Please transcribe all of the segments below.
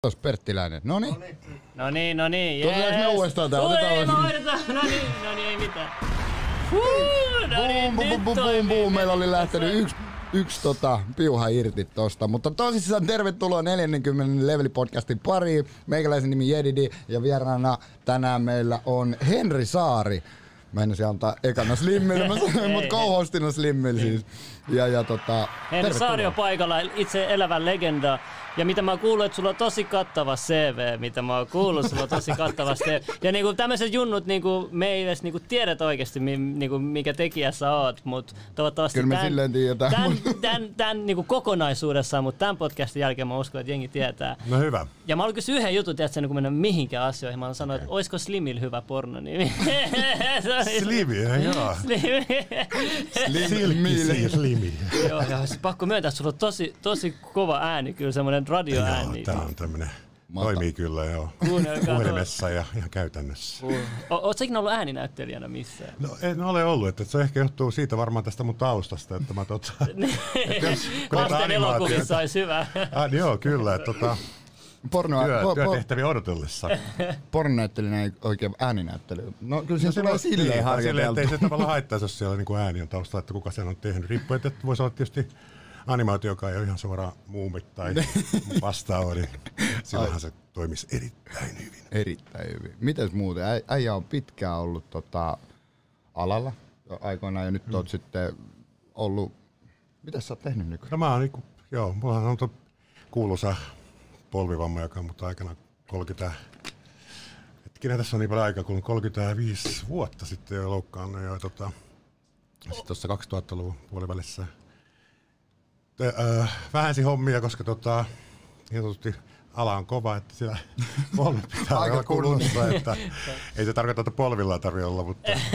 Kattos Perttiläinen. Noniin. Noniin. Tuotaanko me uudestaan tää? Noniin, ei mitään. Boom. Meillä oli lähtenyt yksi piuha irti tosta, mutta tosissaan tervetuloa 40 Leveli-podcastin pariin. Meikäläisen nimi Jedidi ja vieraana tänään meillä on Henri Saari. Mä en antaa ekana Slimmille, mutta co-hostina Slimmille siis. Henri Saari on paikalla, itse elävä legenda. Ja mitä mä oon kuullut, että sulla on tosi kattava CV, Ja niinku tämmöiset junnut, niinku, me ei edes niinku tiedet oikeasti, niinku, mikä tekijä sä oot, mutta toivottavasti tämän niinku kokonaisuudessaan, mutta tämän podcastin jälkeen mä uskon, että jengi tietää. No hyvä. Ja mä haluan kysyä yhden jutun, tiedätkö, kun mennä mihinkään asioihin. Mä haluan sanoa, että olisiko Slimillä hyvä pornonimi? Slimi, joo. Slimi. Joo, pakko myöntää, että sulla on tosi kova ääni, kyllä semmoinen radioääni. Joo, tää on tämmönen, toimii kyllä joo, puhelimessa ja ihan käytännössä. Ootko ikinä ollut ääninäyttelijänä missään? No en ole ollut, että se ehkä johtuu siitä varmaan tästä mun taustasta, että mä Lasten elokuvissa olisi hyvä. Joo, kyllä, että työtehtäviä odotellessa. Pornonäyttelijänä ei oikein ääninäyttely. No kyllä se tulee silleen harjoiteltu. Ei se tavallaan haittaisi, jos siellä niinku ääni on taustalla, että kuka sen on tehnyt. Riippuu, että voisi olla tietysti animaatio, joka ei ole ihan suoraan muumit tai vastaava, niin silloinhan se toimisi erittäin hyvin. Erittäin hyvin. Mites muuten? Äijä on pitkään ollut alalla aikoinaan ja nyt oot sitten ollut... Mitäs sä oot tehnyt nykyään? No mä oon niinku, mulla on kuuluisa polvivamma, joka on mutta aikana 30... Hetkinen, tässä on niin paljon aikaa, kun 35 vuotta sitten jo loukkaannut ja sitten tuossa 2000-luvun puolivälissä vähensi hommia, koska ala on kova, että siellä polvi pitää olla kunnossa, että ei se tarkoita, että polvilla tarvitse olla,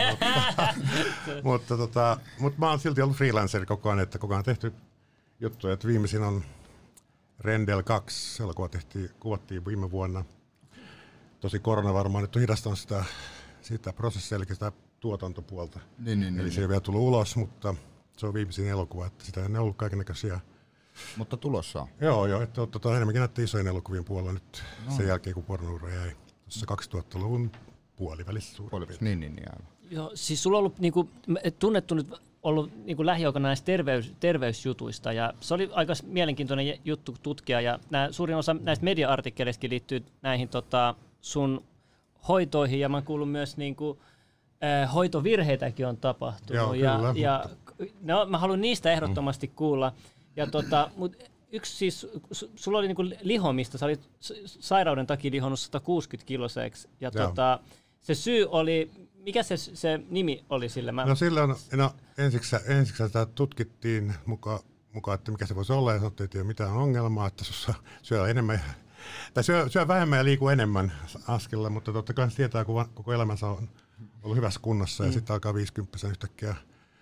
mutta mä oon silti ollut freelanceri koko ajan, että koko ajan tehty juttuja, että viimeisin on Rendel 2, elokuva kuvattiin viime vuonna. Tosi korona varmaan nyt on hidastanut sitä prosessia, eli sitä tuotantopuolta. Eli se ei ole vielä tullut ulos, mutta se on viimeisin elokuva, että sitä ei ollut kaikennäköisiä. Mutta tulossa on. Joo, että enemmänkin näette isojen elokuvien puolella nyt sen jälkeen, kun pornoura jäi tuossa 2000-luvun puolivälissä. Niin, aivan. Joo, siis sulla on ollut tunnettu nyt ollut lähiaikoina näistä terveysjutuista ja se oli aika mielenkiintoinen juttu tutkia ja suurin osa näistä media-artikkeleistakin liittyy näihin sun hoitoihin ja mä oon kuullut myös hoitovirheitäkin on tapahtunut. Joo, kyllä, mä haluan niistä ehdottomasti kuulla. Ja mut yksi siis, sulla oli lihomista, sä olit sairauden takia lihonnut 160 kiloseksi ja se syy oli, mikä se nimi oli sille? No silloin, ensiksi sitä tutkittiin mukaan, että mikä se voisi olla ja sanottiin, että ei ole mitään ongelmaa, että syö enemmän tai syö vähemmän ja liikuu enemmän askella, mutta totta kai se tietää, kun koko elämänsä on ollut hyvässä kunnossa ja sitten alkaa 50 yhtäkkiä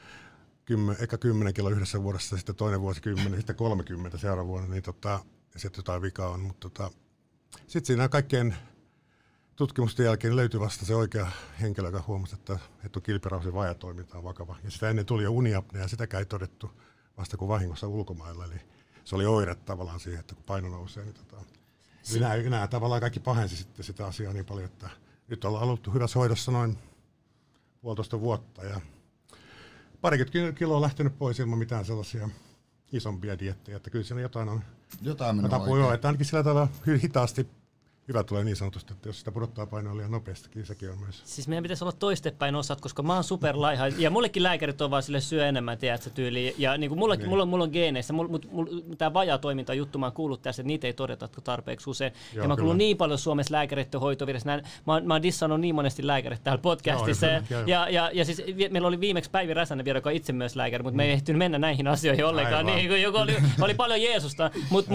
10 kiloa yhdessä vuodessa, sitten toinen vuosi 10, sitten 30 seuraavana vuonna, niin sitten jotain vikaa on. Mutta sitten siinä kaikkien tutkimusten jälkeen löytyi vasta se oikea henkilö, joka huomasi, että on kilpirauhasen vajatoiminta on vakava. Ja sitä ennen tuli jo uniapnea ja sitäkään ei todettu vasta kuin vahingossa ulkomailla. Eli se oli oire tavallaan siihen, että kun paino nousee, niin nämä tavallaan kaikki pahensi sitten sitä asiaa niin paljon, että nyt ollaan ollut hyvässä hoidossa noin 1,5 vuotta ja parikymmentä kiloa on lähtenyt pois ilman mitään sellaisia isompia diettejä, että kyllä siinä jotain on. Jotain menee oikein. Että ainakin sillä tavalla hitaasti hyvä tulee niin sanotusti, että jos sitä pudottaa painoa liian nopeastikin, sekin on myös. Siis meidän pitäisi olla toistepäin osat, koska mä oon superlaiha ja mullekin lääkärit on vaan sille syö enemmän, tiedätkö, tyyliin. Ja niin kuin mulla on geeneissä, tämä vajatoiminta juttu, mä oon kuullut tässä, että niitä ei todeta tarpeeksi usein. Joo, ja mä oon kuullut niin paljon Suomessa lääkäreiden hoitovirrassa. Mä oon dissannut niin monesti lääkärit täällä podcastissa. Ja siis meillä oli viimeksi Päivi Räsänen vielä, joka itse myös lääkäri, mutta me ei ehtinyt mennä näihin asioihin ollenkaan. Niin, joku oli paljon Jeesusta,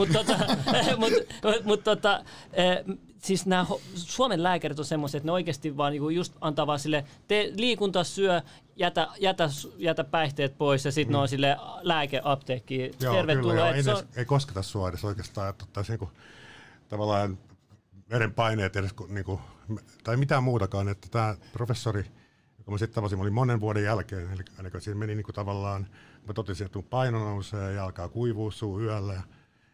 siis nämä Suomen lääkärit on semmoiset, että ne oikeasti vaan just antaa vaan sille, liikunta, syö, jätä päihteet pois ja sitten ne on sille lääkeapteekkiin. Tervetuloa. Ei kosketa sua edes oikeastaan, että tavallaan verenpaineet edes, tai mitään muutakaan. Että tämä professori, joka mä sitten tavasin, oli monen vuoden jälkeen, eli siinä meni tavallaan, mä totesin, että mun paino nousee ja alkaa kuivua suu yöllä.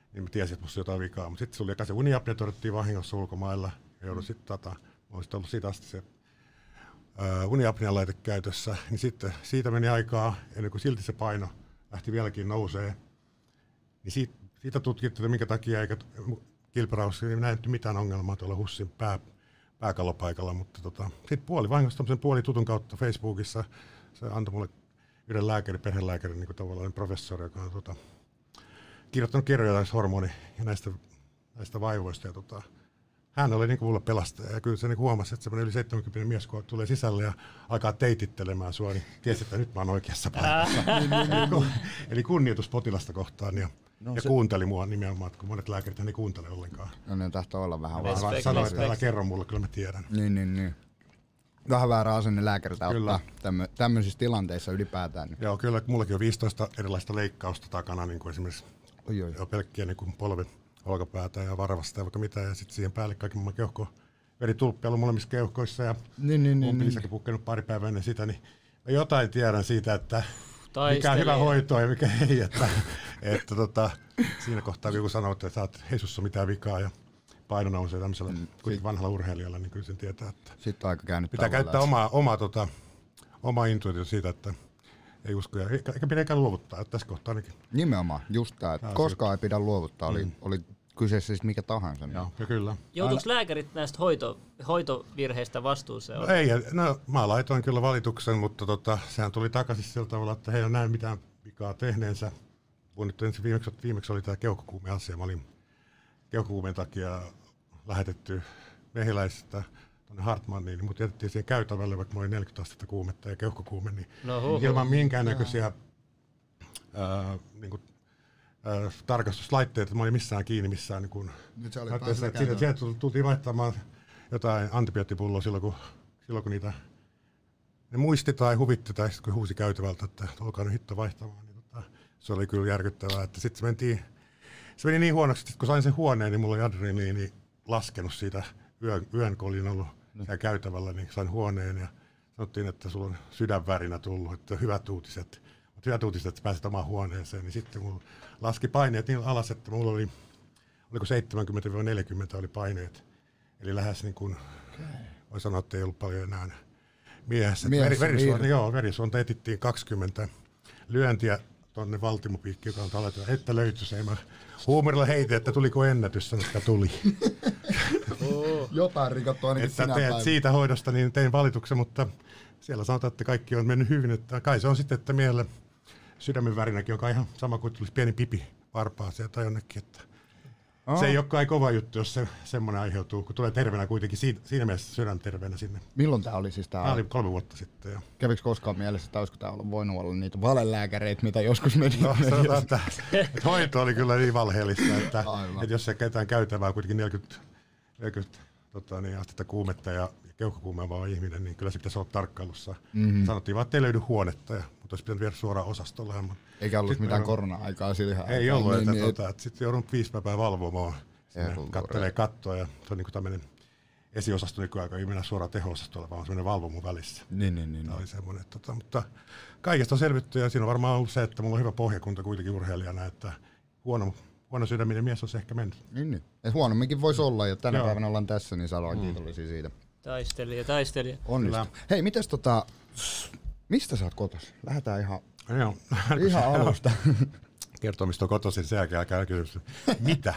niin mä tiesin, että musta on jotain vikaa. Mutta sitten se oli se uniapnea, todettiin vahingossa ulkomailla. Ja joudun sitten, olisin ollut siitä asti se uniapnean laite käytössä. Niin sitten siitä meni aikaa, ennen kuin silti se paino lähti vieläkin nousee. Niin siitä tutkittiin, että minkä takia eikä kilpirauhassa ei nähty mitään ongelmaa tuolla HUSin pääkallopaikalla. Mutta sitten vahingossa puolitutun kautta Facebookissa se antoi mulle yhden perhelääkäri, niin kuin tavallaan professori, joka on kirjoittanut kirjoja näistä hormoni- ja näistä vaivoista. Ja hän oli niin kuin mulle pelastaja. Ja kyllä se niin huomasi, että semmoinen yli 70 mies, kun tulee sisälle ja alkaa teitittelemään sua, niin tiesi, että nyt mä oon oikeassa paikassa. Eli kunnioitus potilasta kohtaan. Ja kuunteli mua nimenomaan, kun monet lääkärit ei kuuntele ollenkaan. No ne tahtoo olla vähän Sanoi, että älä kerro mulle, kyllä mä tiedän. Niin. Vähän väärä asenne lääkäriltä ottaa tämmöisissä tilanteissa ylipäätään. Niin. Joo, kyllä. Mullakin on 15 erilaista leikkausta takana, niin kuin esimerkiksi pelkkiä niin kuin polven, olkapäätä ja varvasta ja vaikka mitä. Ja sitten siihen päälle kaikki mun veritulppia ollut molemmissa keuhkoissa ja mun piisakin pukkenut pari päivää ennen sitä. Niin mä jotain tiedän siitä, että mikä on hyvä hoitoa ja mikä ei. Että siinä kohtaa, kun sanoo, että sä oot, ei sussa mitään vikaa ja paino nousee tämmöisellä vanhalla urheilijalla, niin kyllä sen tietää, että sitten aika käynyt pitää käyttää omaa intuitio siitä, että ei usko ja eikä pidäkään luovuttaa, että tässä kohtaa ainakin. Nimenomaan, just tämä, että koskaan ei pidä luovuttaa, oli kyseessä siis mikä tahansa. Niin. Joo, kyllä. Joutuuko lääkärit näistä hoitovirheistä vastuuseen? No ei, mä laitoin kyllä valituksen, mutta sehän tuli takaisin sillä tavalla, että he ei ole näin mitään vikaa tehneensä. Viimeksi oli tämä keuhkokuume-asia. Mä olin keuhkokuumeen takia lähetetty Mehiläisestä tuonne Hartmanniin, mutta jätettiin siihen käytävälle, vaikka mulla oli 40 astetta kuumetta ja keuhkokuume, niin ilman minkäännäköisiä tarkastuslaitteita, mä olin missään kiinni missään. Niin nyt se oli sieltä tultiin vaihtamaan jotain antibioottipulloa silloin, kun niitä ne muisti tai huvitti tai sitten kun huusi käytävältä, että olkaa nyt hitto vaihtamaan, niin se oli kyllä järkyttävää. Että sitten se meni niin huonoksi, että kun sain sen huoneen, niin mulla oli adrenaliini laskenut siitä yön kun olin ollut siellä käytävällä, niin sain huoneen ja sanottiin, että sulla on sydänvärinä tullut, että hyvät uutiset. Mutta hyvät uutiset, että pääset omaan huoneeseen, niin sitten mulla laski paineet niin alas, että mulla oli, oliko 70-40 oli paineet. Eli lähes niin kuin, voi sanoa, että ei ollut paljon enää miehessä. Verisuonta etittiin 20 lyöntiä tuonne valtimopiikkiin, joka on tallettu, että löytyi se. Mä huumorilla heitin, että tuliko ennätys, sanoi, että tuli. Jotain rikottu ainakin sinä päivänä. Siitä hoidosta niin tein valituksen, mutta siellä sanotaan, että kaikki on mennyt hyvin. Että kai se on sitten, että miehellä sydämen värinäkin on ihan sama kuin tulisi pieni pipi varpaaseen tai jonnekin. Että se ei ole kai kova juttu, jos se semmoinen aiheutuu, kun tulee terveenä kuitenkin siinä mielessä sydän terveenä sinne. Milloin tämä oli siis tämä? Tämä oli 3 vuotta sitten. Ja kävikö koskaan mielessä, että olisiko tämä voinut olla niitä valelääkäreitä, mitä joskus meni? No sanotaan, että hoito oli kyllä niin valheellista, että jos se ketään käytävää kuitenkin 40 astetta kuumetta ja keuhkokuumeava ihminen, niin kyllä se pitäisi olla tarkkailussa. Sanottiin vaan, että ei löydy huonetta, mutta olisi pitänyt viedä suoraan osastolle. Eikä ollut mitään korona-aikaa sillä. Ei ollut, että sitten joudun 5 päivää valvomaan. Kattelee kattoa ja se on niin kuin tämmöinen esiosasto nykyaika, ei mennä suoraan teho-osastolle, vaan on semmoinen valvomu välissä. Niin. Tämä oli semmoinen, mutta kaikesta on selvitty ja siinä on varmaan ollut se, että mulla on hyvä pohjakunta kuitenkin urheilijana, että huono sydäminen mies on se ehkä mennyt. Niin. Et huonomminkin voisi olla ja tänä päivänä ollaan tässä, niin saadaan kiitollisia siitä. Taistelija. Onnistu. Hei, mites mistä sä oot kotoisin? Lähdetään ihan alusta. Kertoo, mistä on kotoisin, sen jälkeen älkää kysymys. Mitä?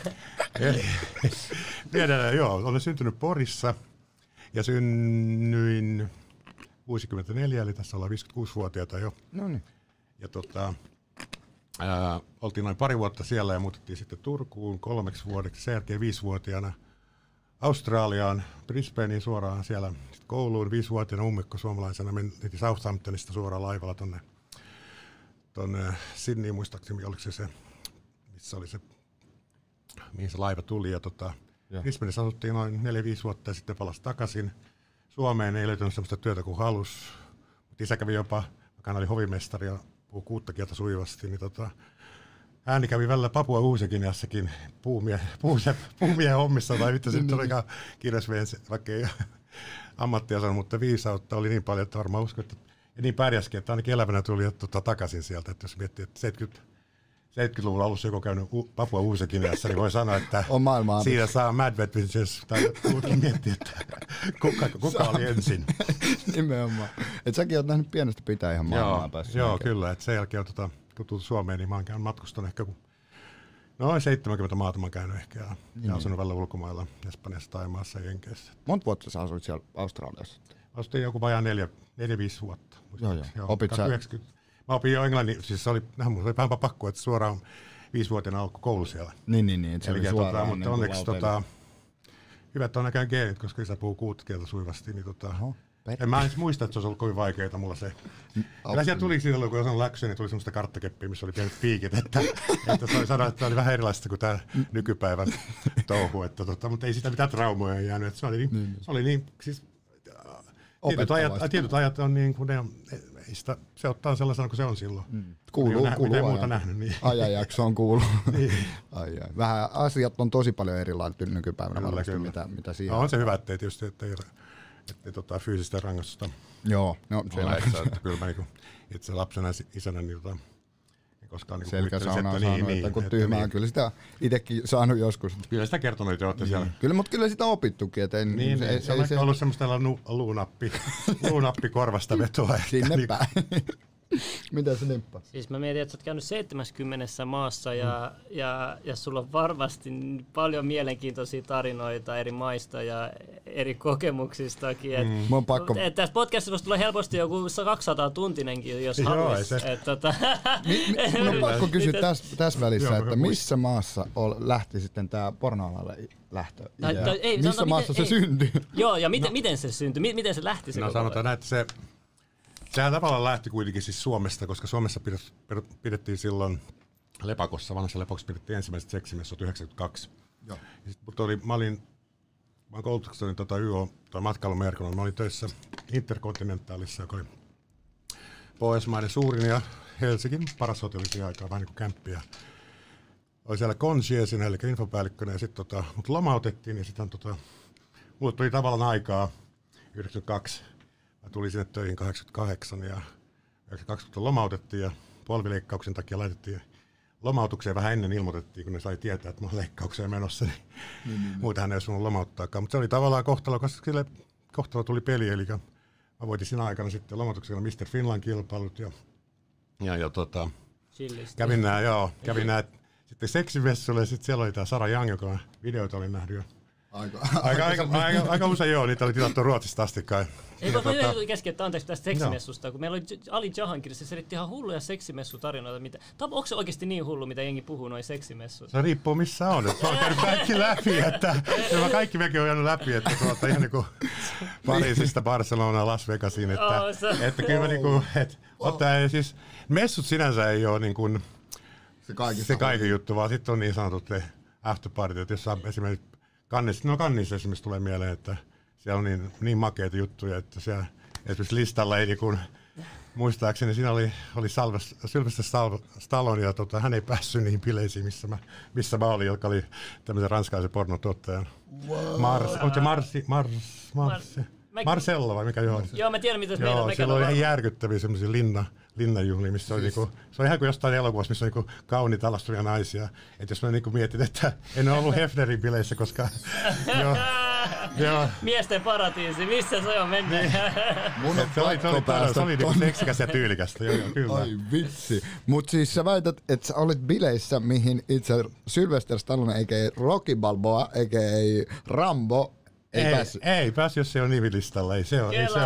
Olen syntynyt Porissa ja synnyin 64, eli tässä ollaan 56-vuotiaita jo. Noniin. Ja oltiin noin pari vuotta siellä ja muutettiin sitten Turkuun 3 vuodeksi, sen jälkeen 5-vuotiaana Australiaan, Brisbaneen suoraan siellä kouluun. 5-vuotiaana ummikko suomalaisena mentiin Southamptonista suoraan laivalla tuonne Sydneyin, muistaakseni, oliko se, missä oli se, mihin se laiva tuli. Ja Brisbaneissa asuttiin noin 4-5 vuotta ja sitten palasi takaisin Suomeen. Ei löytynyt sellaista työtä kuin halus, mutta isä kävi jopa, joka oli hovimestari ja puhui 6 kieltä sujuvasti, niin ääni kävi välillä Papua Uusi-Guineassakin puumiehen hommissa, tai mitä se nyt olikaan kirjasveen, vaikka ei ammattia sanonut, mutta viisautta oli niin paljon, että varmaan uskon, että niin pärjäskin, että ainakin elävänä tuli takaisin sieltä, että jos miettii, että 70-luvun alussa joku käynyt Papua Uusi-Guineassa, niin voi sanoa, että on siinä saa Mad Adventures, tai miettiä, että kuka oli ensin. Nimenomaan. Et säkin oot nähnyt pienestä pitää ihan maailmaa päässä. Joo, kyllä. Et sen jälkeen kun tullut Suomeen, niin mä oon matkustanut ehkä noin 70 maata mä oon käynyt ehkä ja asunut välillä ulkomailla, Espanjassa, Taimaassa ja Jenkeissä. Monta vuotta sä asuit siellä Australiassa? Asuin joku vajaa 4-5 vuotta. Joo. Opit sä? Mä opin jo englannin, siis se oli vähän pakko, että suoraan 5-vuotiaana alkoi koulu siellä. Niin. Se oli suoraan. Mutta onneksi hyvät on näkään geenit, koska isä puhuu 6 kieltä suivasti. Niin en mä edes muista, että se olisi ollut kovin vaikeaa mulla se. Kyllä siellä tuli silloin, kun osan läksyä, niin tuli semmoista karttakeppiä, missä oli pienet piikit, että se oli sanoa, että tämä oli vähän erilaista kuin tämä nykypäivän touhu. Mutta ei sitä mitään traumoja jäänyt. Se oli niin siis tietyt ajat on niin kuin se ottaa sellaisena kuin se on silloin. Kuuluu muuta nähnyt. Niin. Ajanjaksoon kuuluu. Niin. Vähän asiat on tosi paljon erilaisia nykypäivänä varmasti, mitä siihen on. Se hyvä, ettei tietysti ettei fyysistä rangaistusta. Joo, no se että kyllä mä niinku, itse lapsena isänä niin koskaan niinku selkäsaunaa saanut, että kun tyhmää, niin. Kyllä sitä itsekin saanut joskus. Kyllä sitä kertonut, että olette siellä. Kyllä, mutta kyllä sitä opittukin. Että se on ehkä ollut semmoista luunappi korvasta vetoa. Sinne päin. Mitä se Nimppa? Siis mä mietin, että sä oot käynyt 70 maassa ja sulla on varmasti paljon mielenkiintoisia tarinoita eri maista ja eri kokemuksistakin. Tästä podcastista tulee helposti joku 200-tuntinenkin, jos haluaisi. Mun on pakko kysyä tässä välissä, että missä maassa lähti sitten tää pornoalalle lähtö? Missä maassa se syntyi? Joo, ja miten se syntyi? Miten se lähti? No sanotaan näin, että sehän tavallaan lähti kuitenkin siis Suomesta, koska Suomessa pidettiin silloin Lepakossa, vanhassa Lepakossa pidettiin ensimmäiset seksimessut 92. Joo. Mä olin koulutuksessani YO matkailumerkillä, mä olin töissä Intercontinentalissa, joka oli Pohjoismaiden suurin ja Helsingin paras hotelli siihen aikaan, vähän niin kuin kämppiä. Oli siellä conciergeina, eli infopäällikkönä, ja sitten mut lomautettiin, ja sitten mulle tuli tavallaan aikaa 92. Mä tulin sinne töihin 88 ja 92 lomautettiin ja polvileikkauksen takia laitettiin lomautukseen vähän ennen ilmoitettiin, kun ne sai tietää, että mä oon leikkaukseen menossa, niin muitahan ei olisi voinut lomauttaakaan. Mutta se oli tavallaan kohtalo, koska sille kohtalo tuli peli, eli mä voitin siinä aikana sitten lomautuksella Mr. Finland kilpailut ja kävin nää sitten seksimessuille ja sitten siellä oli tää Sara Young, joka videoita olin nähnyt. Aika usein joo, niitä oli tilattu Ruotsista asti kai. Ei voi keskeyttää anteeksi tästä seksimessusta, kun meillä oli Ali Jahangir, se selitti ihan hulluja seksimessutarinoita. Onko se oikeasti niin hullu, mitä jengi puhuu noin seksimessut? Se riippuu missä on. Mä oon käynyt kaikki läpi, kaikki mekin on jäänyt läpi, että ihan niin kuin Pariisista Barcelonaan Las Vegasiin, että kyllä mä niinku, siis messut sinänsä ei ole niin kuin se kaiken juttu, vaan sitten on niin sanotut afterpartit, että jos saa esimerkiksi Kannissa esimerkiksi tulee mieleen, että siellä on niin makeita juttuja, että siellä esimerkiksi listalla ei niin kuin, muistaakseni siinä oli Sylvester Stallone ja hän ei päässyt niihin bileisiin, missä mä olin, joka oli tämmöisen ranskalaisen pornotuottajan. Marcello vai mikä joo? Joo, mä tiedän mitä se meidän. Joo, siellä oli ihan järkyttäviä semmoisia linnanjuhlia, missä oli niinku, se on ihan kuin jostain elokuvassa, missä on niinku kauniita alastuvia naisia. Et jos mä niinku mietin, että en ole ollut Hefnerin bileissä, koska miesten paratiisi, missä se on mennyt? Se oli niinku seksikäs ja tyylikästä, joo, kyllä. Ai vitsi. Mut siis sä väität, että sä olit bileissä, mihin itse Sylvester Stallone, eikä Rocky Balboa, eikä Rambo, ei päässyt, jos se on nimilistalla. Se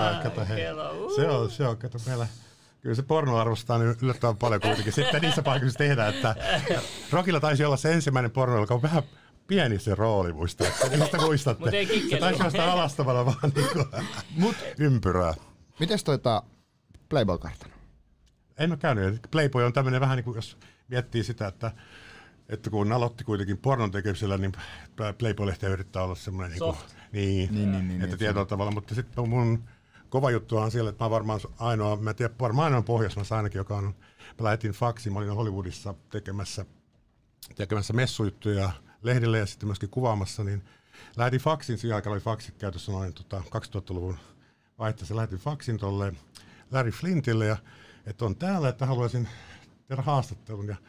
on, kato meillä. Kyllä se porno arvostaa niin yllättävän paljon kuitenkin. Sitten niissä paikoissa tehdään, että Rockilla taisi olla se ensimmäinen porno, joka on vähän pieni se rooli, muistaakseni. Mistä muistatte? Se taisi jostain alastavalla vaan niin ympyrää. Mites Playboy-kartano? En ole käynyt. Playboy on tämmöinen vähän niin kuin, jos miettii sitä, että kun aloitti kuitenkin pornon tekemisellä, niin Playboy-lehtiä yrittää olla semmoinen että tietyllä tavalla, mutta sitten mun kova juttu on siellä, että mä varmaan ainoa Pohjoismaassa ainakin, joka on, mä lähetin faksiin, mä olin Hollywoodissa tekemässä messujuttuja lehdille ja sitten myöskin kuvaamassa, niin lähetin faksin, siinä aikana oli faksit käytössä noin 2000-luvun vaihteessa, lähetin faksin tolle Larry Flintille, ja että on täällä, että haluaisin tehdä haastattelun, ja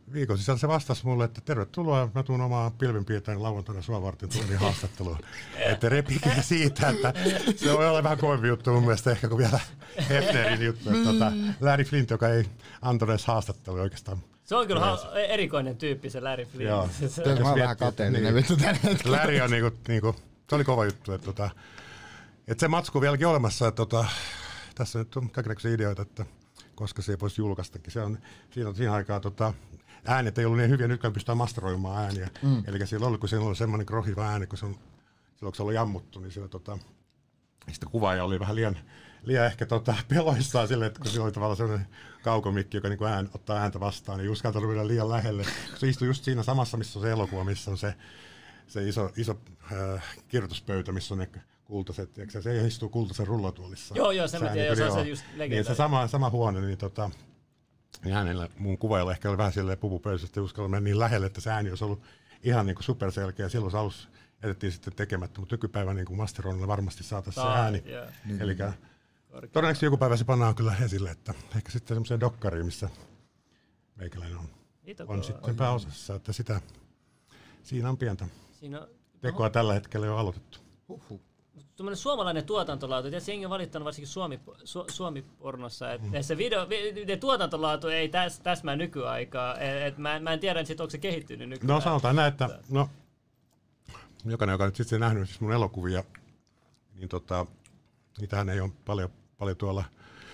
viikon sisällä se vastasi mulle, että tervetuloa, mä tuun omaan pilvenpiirtäjän lauantaina sua varten tunnin haastatteluun. Että repikää siitä, että se voi olla vähän kovempi juttu mun mielestä ehkä kuin vielä Hefnerin juttu. Larry Flint, joka ei antanut edes haastattelua oikeastaan. Se on kyllä erikoinen tyyppi se Larry Flint. Joo. Mä oon vähän kateellinen vittu tällä hetkellä. Larry on niinku, se oli kova juttu. Että se matsku on vieläkin olemassa. Että tässä nyt on kaikenlaisia ideoita, että koska se ei voisi julkaistakin. Siinä aikaa äänet ei ollut niin hyviä, nytkään pystytään masteroimaan ääniä. Eli silloin oli semmoinen krohiva ääni, kun silloin kun se oli jammuttu, niin sitten kuvaaja oli vähän liian ehkä peloissaan silleen, että kun sillä oli tavallaan sellainen kaukomikki, joka niin ottaa ääntä vastaan, niin ei uskaltanut mennä liian lähelle. Se istui just siinä samassa, missä on se elokuva, missä on se iso kirjoituspöytä, missä on ne kultaiset, se istuu kultaisen rullatuolissa. Joo, se mä tiedän, se on se just legenda. Niin, se sama huone, niin hänellä, mun kuvaajalla ehkä oli vähän silleen pupupöydässä, että ei uskalla mennä niin lähelle, että se ääni olisi ollut ihan niin kuin superselkeä. Silloin se alussa edettiin sitten tekemättä, mutta nykypäivän niin masteroinnilla varmasti saataisiin se ääni. Yeah. Eli todennäköisesti joku päivä se pannaan kyllä esille, että ehkä sitten semmoiseen dokkariin, missä meikäläinen on sitten pääosassa, että siinä on pientä tekoa tällä hetkellä jo aloitettu. Tuommoinen suomalainen tuotantolaatu, tietysti jengi on valittanut varsinkin Suomi-pornossa, että se tuotantolaatu ei täsmää nykyaikaa. Mä en tiedä, onko se kehittynyt nykyään. No sanotaan näin, että jokainen, joka nyt sitten nähnyt siis mun elokuvia, niin niitähän ei ole paljon tuolla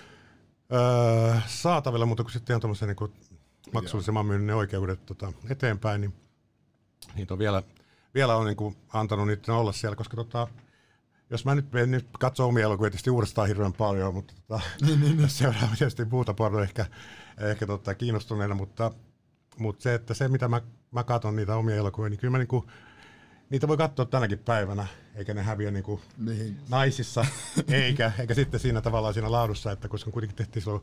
saatavilla, mutta kun sitten on tuommoisen niin maksullisen mä myyn ne oikeudet eteenpäin, niin niitä on vielä on niin kuin antanut niitä olla siellä, koska jos mä nyt katson omia elokuvia tietysti uudestaan hirveän paljon, mutta seuraava tietysti muuta pornoa ehkä kiinnostuneena, mutta se mitä mä katson niitä omia elokuvia, niin kyllä mä niitä voi katsoa tänäkin päivänä, eikä ne häviä naisissa, eikä sitten siinä tavallaan siinä laadussa, että koska kuitenkin tehtiin silloin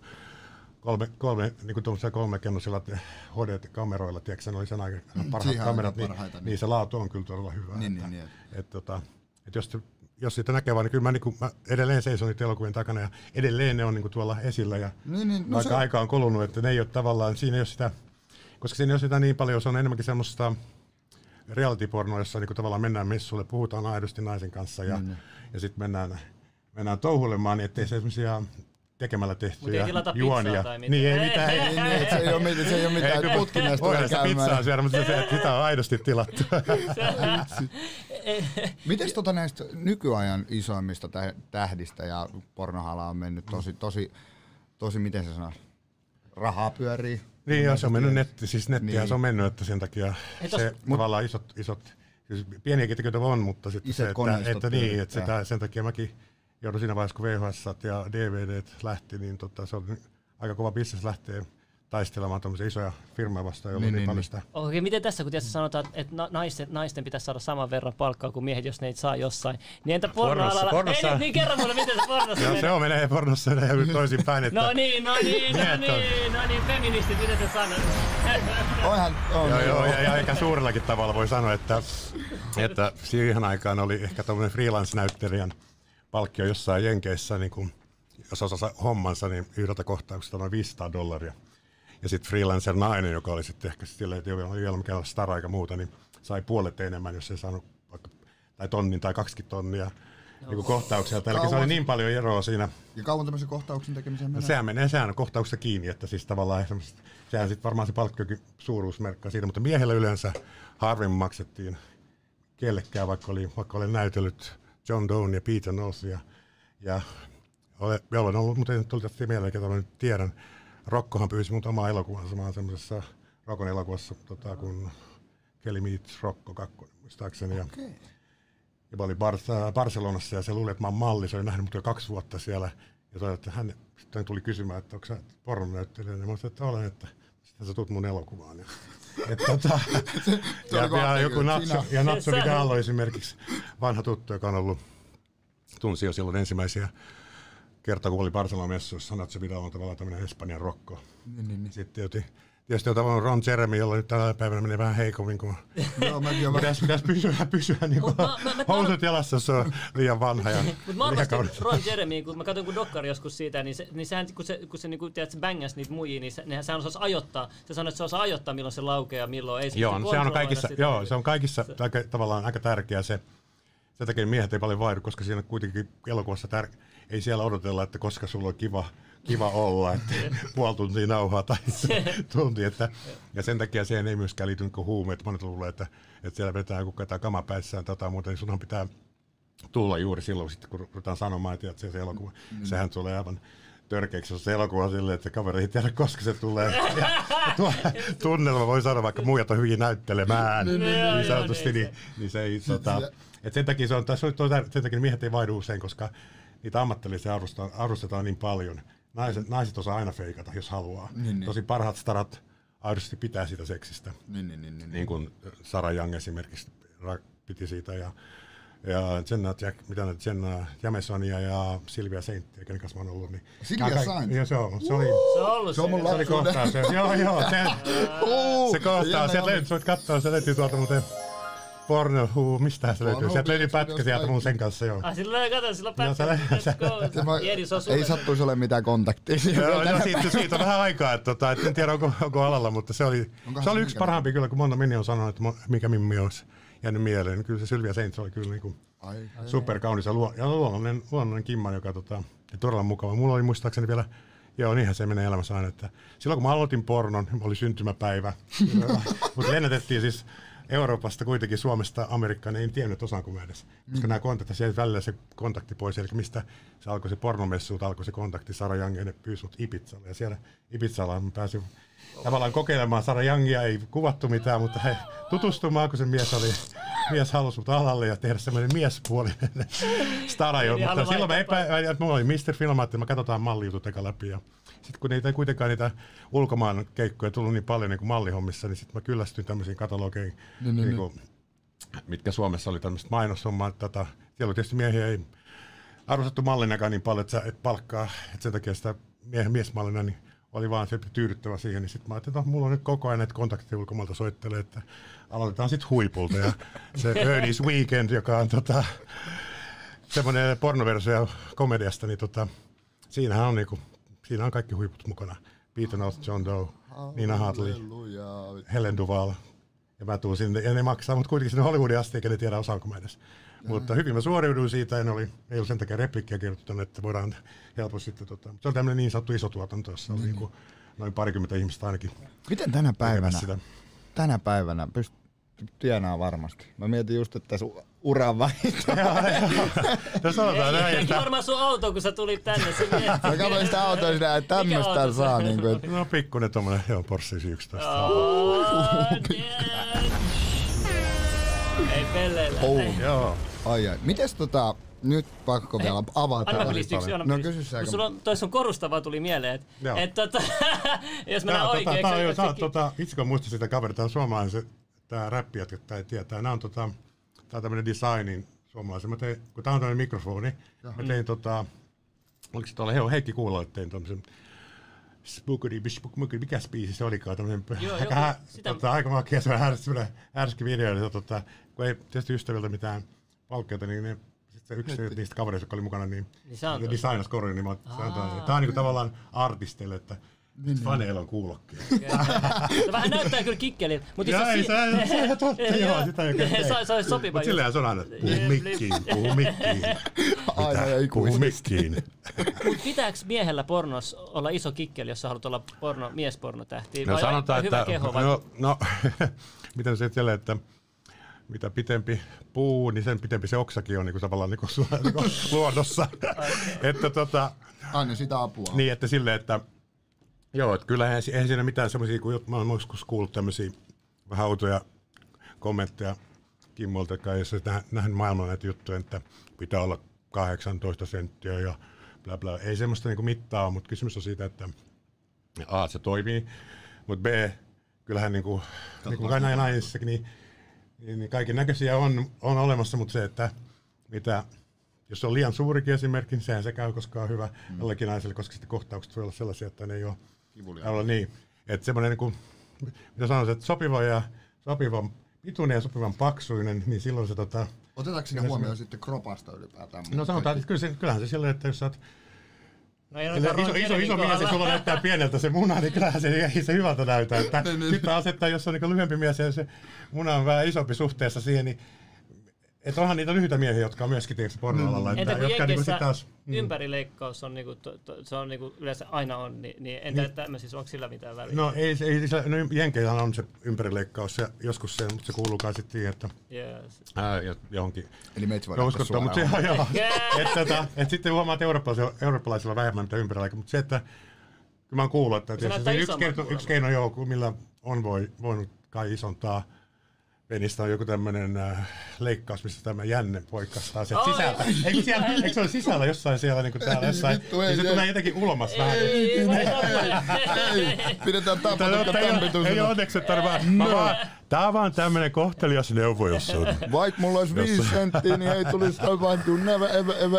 kolmekennosilla HD-kameroilla, tiedätkö, ne oli sen aikaan parhaat kamerat, niin se laatu on kyllä todella hyvä. Jos siitä näkee vaan, niin kyllä mä edelleen seison niitä elokuvien takana ja edelleen ne on tuolla esillä ja vaikka aika on kulunut, että ne ei ole tavallaan, siinä ei ole sitä, koska siinä ei ole sitä niin paljon, se on enemmänkin semmoista reality-pornoa, jossa tavallaan mennään messuille, puhutaan aidosti naisen kanssa ja sitten mennään touhulemaan, niin ettei semmoisia tekemällä tehtyjä juonia. Niin, ei mitään. Se ei ole mitään putkineesta tulee käymään. Pizzaa syödä, mutta sitä on aidosti tilattu. Mites näistä nykyajan isoimmista tähdistä ja pornohala on mennyt tosi miten se sanoo, rahaa pyörii? Niin, ja se on mennyt nettiä niin. Se on mennyt, että sen takia tavallaan isot siis pieniäkin tekijöitä on, mutta sitten se, että sen takia mäkin joudun siinä vaiheessa, kun VHS ja DVDt lähti, niin se on aika kova business lähteä taistelemaan tämmöisiä isoja firmoja vastaan, joilla on niin paljon sitä. Okei, miten tässä, kun tietysti sanotaan, että naisten pitäisi saada saman verran palkkaa kuin miehet, jos ne ei saa jossain, niin entä pornoalalla? Ei, niin kerro mulle, miten se pornossa menee. Se menee pornossa toisinpäin. No niin, feministit, miten se sanoo? Joo, ja eikä suurellakin tavalla voi sanoa, että siihen aikaan oli ehkä tämmöinen freelance-näyttelijän palkkio jossain Jenkeissä, niin kun, jos osasi hommansa, niin yhdeltä kohtaukselta noin $500. Ja sitten freelancer-nainen, joka oli sitten ehkä silleen, että ei ole vielä mikään stara eikä muuta, niin sai puolet enemmän, jos ei saanut vaikka tai tonnin tai 20 tonnia niin kohtaukselta. Eli se oli niin paljon eroa siinä. Ja kauan tämmöisen kohtauksen tekemiseen menee? Sehän on kohtauksesta kiinni, että siis tavallaan sehän sitten varmaan se palkkiokin suuruusmerkkaa siitä, mutta miehellä yleensä harvemmin maksettiin kellekään, vaikka oli näytellyt John Doe ja Peter North ja olen ollut, mutta tuli tästä mieleen, että nyt tiedän. Roccohan pyysi mut omaa elokuvansa, mä oon semmoisessa Rockon elokuvassa, kun Kelly Meets Rocco 2, muistaakseni. Okay. Ja mä olin Barcelonassa ja se luuli, että mä oon malli, se oli nähnyt mut jo 2 vuotta siellä. Ja toi, että hän sitten tuli kysymään, että onko sä pornonäyttelijä, ja mä sanoin, että olen, että sitten sä tuut mun elokuvaan. Ja joku Natso Vidal esimerkiksi, vanha tuttu, joka on ollut, tunsi jo silloin ensimmäisiä kertaa, kun oli Barcelona-messuissa, Natso Vidal on tavallaan tämmöinen Espanjan Rocco. Sitten tietysti on tavannut Ron Jeremy, jolla nyt tällä päivänä menee vähän heikommin, kun pitäisi pysyä niin kuin housut jalassa, jos se on liian vanha. Mutta mä arvostin Ron Jeremy, kun mä katsoin kun dokkari joskus siitä, niin sehän, kun se niin tiedät, bängäsi niitä muijia, niin sehän osasi ajoittaa. Se sanoi, että se osaa ajoittaa, milloin se laukeaa ja milloin ei. Se on kaikissa tavallaan aika tärkeää se. Sen takia miehet ei paljon vaihdu, koska siinä kuitenkin elokuvassa ei siellä odotella, että koska sulla on kiva olla, että puoli tuntia nauhaa tai tunti. Ja sen takia siihen ei myöskään liity huumeet. Monet luulee, että siellä vetää joku kama päissään muuta, niin sunhan pitää tulla juuri silloin, sitten, kun ruvetaan sanomaan, että se elokuva. Sehän tulee aivan törkeäksi se elokuva silleen, että kaveri ei tiedä, koska se tulee. Ja tunnelma voi sanoa, vaikka muijat on hyvin näyttelemään, niin sanotusti, niin se ei... Et sen takia sen takia miehet ei vaihdu usein, koska niitä ammattilaisia arvostetaan niin paljon. Naiset osaa aina feikata, jos haluaa. Tosi parhaat starat aidosti pitää siitä seksistä. Niin kuin Sarah Young esimerkiksi piti siitä ja Jenna Jamesonia ja Sylvia Saintia, kenen kanssa mä oon ollut. Niin Sylvia Saint? Se on mun kohtaus. Se kohtaus. Sieltä voit katsoa, se löytyy tuolta muuten. Porno, mistähän se löytyy? Sieltä löytyy pätkä sieltä mun sen kanssa, joo. Sillä on pätkä, let's go. Ei sattuisi ole mitään kontaktia. Siitä on vähän aikaa, että en tiedä onko alalla, mutta se oli yksi parhaampi kyllä, kun monta mini on sanonut, että mikä mimmi olisi jäänyt mieleen. Kyllä se Sylvia Saint oli kyllä niinku superkaunis ja luonnollinen kimman, joka todella mukava. Mulla oli muistaakseni vielä, niinhän se menee elämässä aina, että silloin kun mä aloitin pornon, oli syntymäpäivä, mutta lennätettiin siis Euroopasta kuitenkin Suomesta Amerikkaan, ei tiennyt osaanko mä edes. Koska nämä kontaktit, siellä välillä se kontakti pois, eli mistä se alkoi se pornomessuut, alkoi se kontakti Sarah Young, ja ne pyysi mut Ibizalle. Ja siellä Ibizalla mä pääsin tavallaan kokeilemaan Sarah Youngia, ei kuvattu mitään, mutta he tutustumaan, kun se mies halusi mut alalle ja tehdä semmoinen miespuolinen stara. Mutta silloin mä epäilin, että mulla oli Mr. Film, että mä katsotaan mallijutut eka läpi. Ja sitten kun ei kuitenkaan niitä ulkomaan keikkoja tullut niin paljon niin kuin mallihommissa, niin sitten mä kyllästyin tämmöisiin katalogeihin, mitkä Suomessa oli tämmöistä mainoshommaa. Siellä oli tietysti miehiä, ei arvostettu mallinakaan niin paljon, että et palkkaa, että sen takia sitä miesmallina niin oli vaan se tyydyttävä siihen. Niin sitten mä ajattelin, että mulla on nyt koko ajan näitä kontakteja ulkomailta soittelee, että aloitetaan sitten huipulta. Ja se Ernie's Weekend, joka on semmoinen pornoversio komediasta, niin siinähän on niinku siinä on kaikki huiput mukana. Peter North, John Doe, Nina Hartley, Helen Duval. Ja mä tuun sinne, ja ne maksaa, mutta kuitenkin sinne Hollywoodin asti, eikä ne tiedä osaanko mä edes. Mutta hyvin mä suoriuduin siitä, ei ollut sen takia replikkiä kirjoittanut, että voidaan helposti sitten. Se on tämmöinen niin sanottu iso tuotanto, jossa oli niin noin 20 ihmistä ainakin. Miten tänä päivänä pystyt tienaa varmasti? Mä mietin just, että sun uran vaihtaa. No sanotaan näin, että varmaan sun auto, kun sä tulit tänne. Mä katsoin sitä autoa sinä, että tämmöstä saa. No pikkuinen tommonen, Porsche 11. Ei pelleillä. Joo. Ai. Mites nyt pakko vielä avata. Anna yksi. No kysy sä. Toi sun korustava tuli mieleen, että jos mennään oikein. Itse kun muistin sitä kaveria, tää on suomalainen tää räppi, jotka ei tietää. Nää on tää on tämmönen designin suomalaisen. Mä tein, kun tää on tämmönen mikrofoni, mä tein oliko se tuolla Heikki Kuulolle tein tämmösen mikä biisi se olikaan, tämmönen aika makea semmoinen härski video, kun ei tietysti ystäviltä mitään palkkeita, niin se yksi niistä kavereista, joka oli mukana, niin designasi korin, niin tää on niinku tavallaan artisteille, että faneilla on kuulokkeja. Vähän näyttää kyllä kikkeliltä. Se on totta, joo, sitä ei oikein tee. Se olisi sopiva. Mutta silleen se on aina, puhu mikkiin. Puhu mikkiin. Mutta pitääkö miehellä pornossa olla iso kikkeli, jos sä haluat olla miespornotähti? No sanotaan, että no, miten se siellä, että mitä pitempi puu, niin sen pitempi se oksakin on niin tavallaan niin luonnossa. Että aina sitä apua. Niin, että silleen, että joo, että kyllä eihän siinä mitään semmoisia, kun mä oon joskus kuullut tämmöisiä vähän outoja kommentteja Kimmolta, jotka ei ole nähnyt maailmalla näitä juttuja, että pitää olla 18 senttiä ja bla bla. Ei semmoista niinku mittaa, mutta kysymys on siitä, että A, se toimii, mutta B, kyllähän niinku kai näin naisissakin, niin kaiken näköisiä on olemassa, mutta se, että jos on liian suurikin esimerkki, niin sehän se käy koskaan hyvä jollekin naiselle, koska sitten kohtaukset voi olla sellaisia, että ne ei ole niin. Että semmoinen niin mitä sanoisin, että sopivan pituinen ja sopivan paksuinen, niin silloin se Otetaanko sinne huomioon sitten kropasta ylipäätään? No sanotaan, että kyllähän se silleen, että jos sä oot No iso mies ja sulla näyttää pieneltä se muna, niin kyllähän ei se hyvältä näytä. Sitten asettaa, jos on niin lyhyempi mies ja se muna on vähän isompi suhteessa siihen, niin että onhan niitä lyhyitä miehiä, jotka on myöskin tietysti pornoalalla. Entä kun jotka Jenkeissä taas, ympärileikkaus on, se on yleensä aina on, niin entä tämmöisissä, onko sillä mitään väliä? No Jenkeillähän on se ympärileikkaus ja joskus se, mutta se kuuluukaan sitten siihen, että johonkin. Eli meitä voidaan mutta että sitten huomaa, että eurooppalaisilla on vähemmän mitä ympärileikkaus, mutta se, että kyllä mä oon kuullut, että yksi keino millä on voinut kai isontaa penistä on joku tämmönen leikkaus, missä tämä jänne poikastaa sieltä sisältä. Eikö se ole sisällä jossain siellä niin kuin täällä jossain? Niin se tulee jotenkin ulmas vähän. Pidetään tampituksena. Ei onneksi, että tää on vaan tämmönen kohtelias neuvo, jos on. Vaikka mulla olisi 5 senttiä, niin ei tulisi tapahtua never.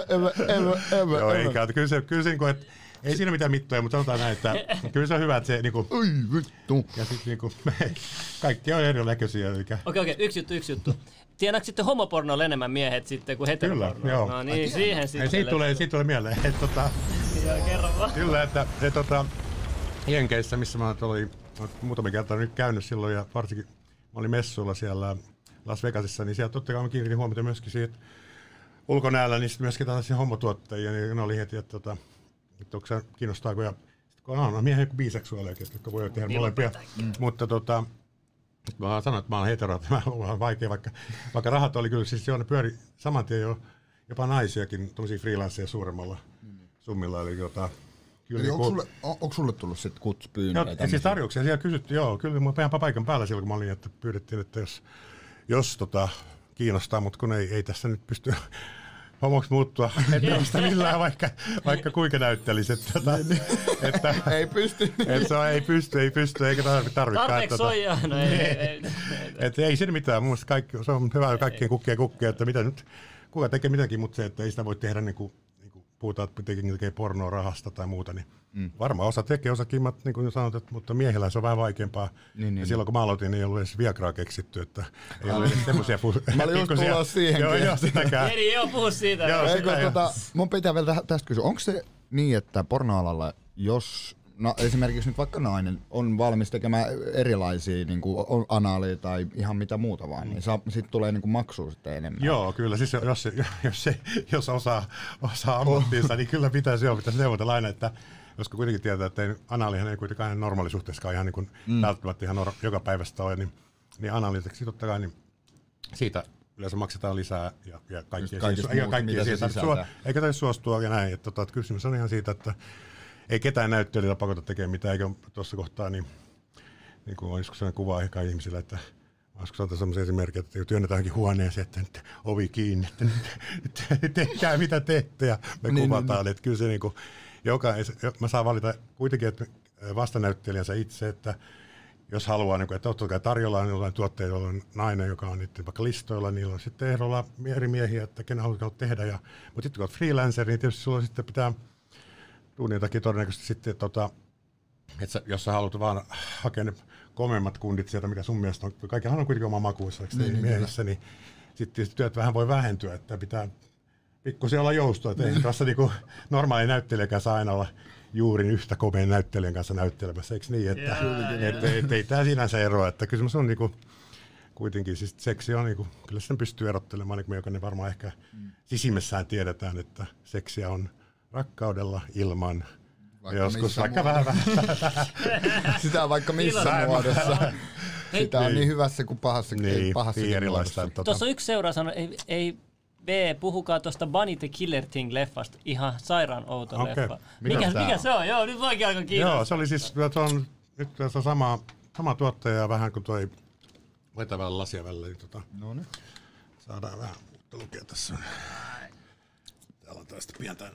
Joo, eikä. Kyllä se että ei siinä mitään mittoja, mutta sanotaan näin, että kyllä se on hyvä, että se niinku. Oi vittu. Ja sit niinku kaikki on erinäköisiä. Okei, yksi juttu. Tiedätkö sitten homopornoilla enemmän miehet sitten kuin heteropornoilla? Kyllä, joo. No niin, siihen sitten. Siitä tulee mieleen, että Joo, kerro vaan. kyllä, että Jenkeissä, missä mä olin muutamia kertaa nyt käynyt silloin ja varsinkin mä olin messuilla siellä Las Vegasissa, niin siellä totta kai mä kiinnitin huomiota myöskin siihen ulkonäöllä, niin sitten myöskin tällaisia homotuottajia, niin ne oli heti, että onko se kiinnostaako ja sitten kun on miehiä joku biseksuaaleja, jotka voi tehdä molempia, mutta mä sanoin, että mä oon hetero, että mä oon vaikea, vaikka rahat oli kyllä, siis ne pyöri saman tien jopa naisiakin, tommosia freelanceja suuremmalla summilla, eli kyllä. Eli onko sulle tullut sitten kutsupyyntöjä? Joo, siis tarjouksia siellä kysyttiin, joo, kyllä mä ihan paikan päällä silloin, kun mä olin, että pyydettiin, että jos kiinnostaa, mutta kun ei tässä nyt pysty homoksi muuttua heterosta millään, vaikka kuinka näyttelisi. Että ei pysty. Ei pysty, eikä tarvitse. Tarpeeksi soijaa? No ei siinä mitään. Mun mielestä se on hyvä kaikkien kukkia, että mitä nyt, kuka tekee mitäkin, mutta se, että ei sitä voi tehdä niin kuin puhutaan, että tekee pornoa rahasta tai muuta, niin varmaan osa tekee, osa kimmat, niin kuin sanot, mutta miehillä se on vähän vaikeampaa. Niin. Ja silloin kun mä aloitin, niin ei ollut edes Viagraa keksitty, että ei ollut edes semmoisia mä olin just tulla siihenkin. Joo, sitäkään. Ei puhu siitä. Mun pitää vielä tästä kysyä, onko se niin, että pornoalalla, jos esimerkiksi nyt vaikka nainen on valmis tekemään erilaisia niin kuin anaalia tai ihan mitä muuta vaan, niin sitten tulee niin kuin maksua sitten enemmän. Joo, kyllä. Siis jos osaa ammattiinsa, niin kyllä pitäisi neuvotella aina, että koska kuitenkin tietää, että anaalihan ei kuitenkaan normaalisuhteessakaan ihan niin kuin välttämättä ihan joka päivästä ole, niin analytiksi totta kai, niin siitä yleensä maksetaan lisää ja kaikki eikä taisi suostua ja näin. Että kysymys on ihan siitä, että ei ketään näyttelijä pakota tekemään mitään, eikä tuossa kohtaa, niin kuin olisiko sellainen kuva ehkä ihmisillä, että olisiko saada sellaisia esimerkkejä, että työnnetäänkin huoneeseen, että nyt ovi kiinni, että nyt tehkää mitä teette ja me kuvataan. Että kyllä se niin kuin, mä saan valita kuitenkin, että vastanäyttelijänsä itse, että jos haluaa, niin kuin, että totta kai tarjolla on jollain tuotteita, jolla on nainen, joka on niiden vaikka listoilla, niillä on sitten ehdolla eri miehiä, että kenen haluaa tehdä. Mutta sitten kun olet freelancer, niin tietysti sulla sitten pitää duunin takia todennäköisesti sitten, että jos sä haluat vaan hakea ne komeimmat kundit sieltä, mikä sun mielestä on, kaikkihan on kuitenkin oma makuissa, miehissä, niin sitten työt vähän voi vähentyä, että pitää pikkusen olla joustoa, että ei tuossa niinku normaali näyttelijäkään saa aina olla juuri yhtä komeen näyttelijän kanssa näyttelemässä, eikö niin, että ei tämä sinänsä eroa, että kysymys on niinku, kuitenkin siis seksi on, niinku, kyllä sen pystyy erottelemaan, niin kuin me jokainen varmaan ehkä sisimmessään tiedetään, että seksiä on rakkaudella, ilman, vaikka joskus vaikka vähän. Sitä on vaikka missä muodossa. Sitä on niin hyvässä kuin pahassakin muodossa. Tuossa yksi seuraa sanoi, ei puhukaa tuosta Bunny the Killer Thing-leffasta. Ihan sairaan outo leffa. Mikä se on? Joo, nyt voikin alkaa kiinnostaa. Joo, se oli siis, nyt tässä on sama tuottaja vähän kuin toi vetävällä lasia välillä. Niin saadaan vähän uutta lukea tässä. Täällä on tästä pientä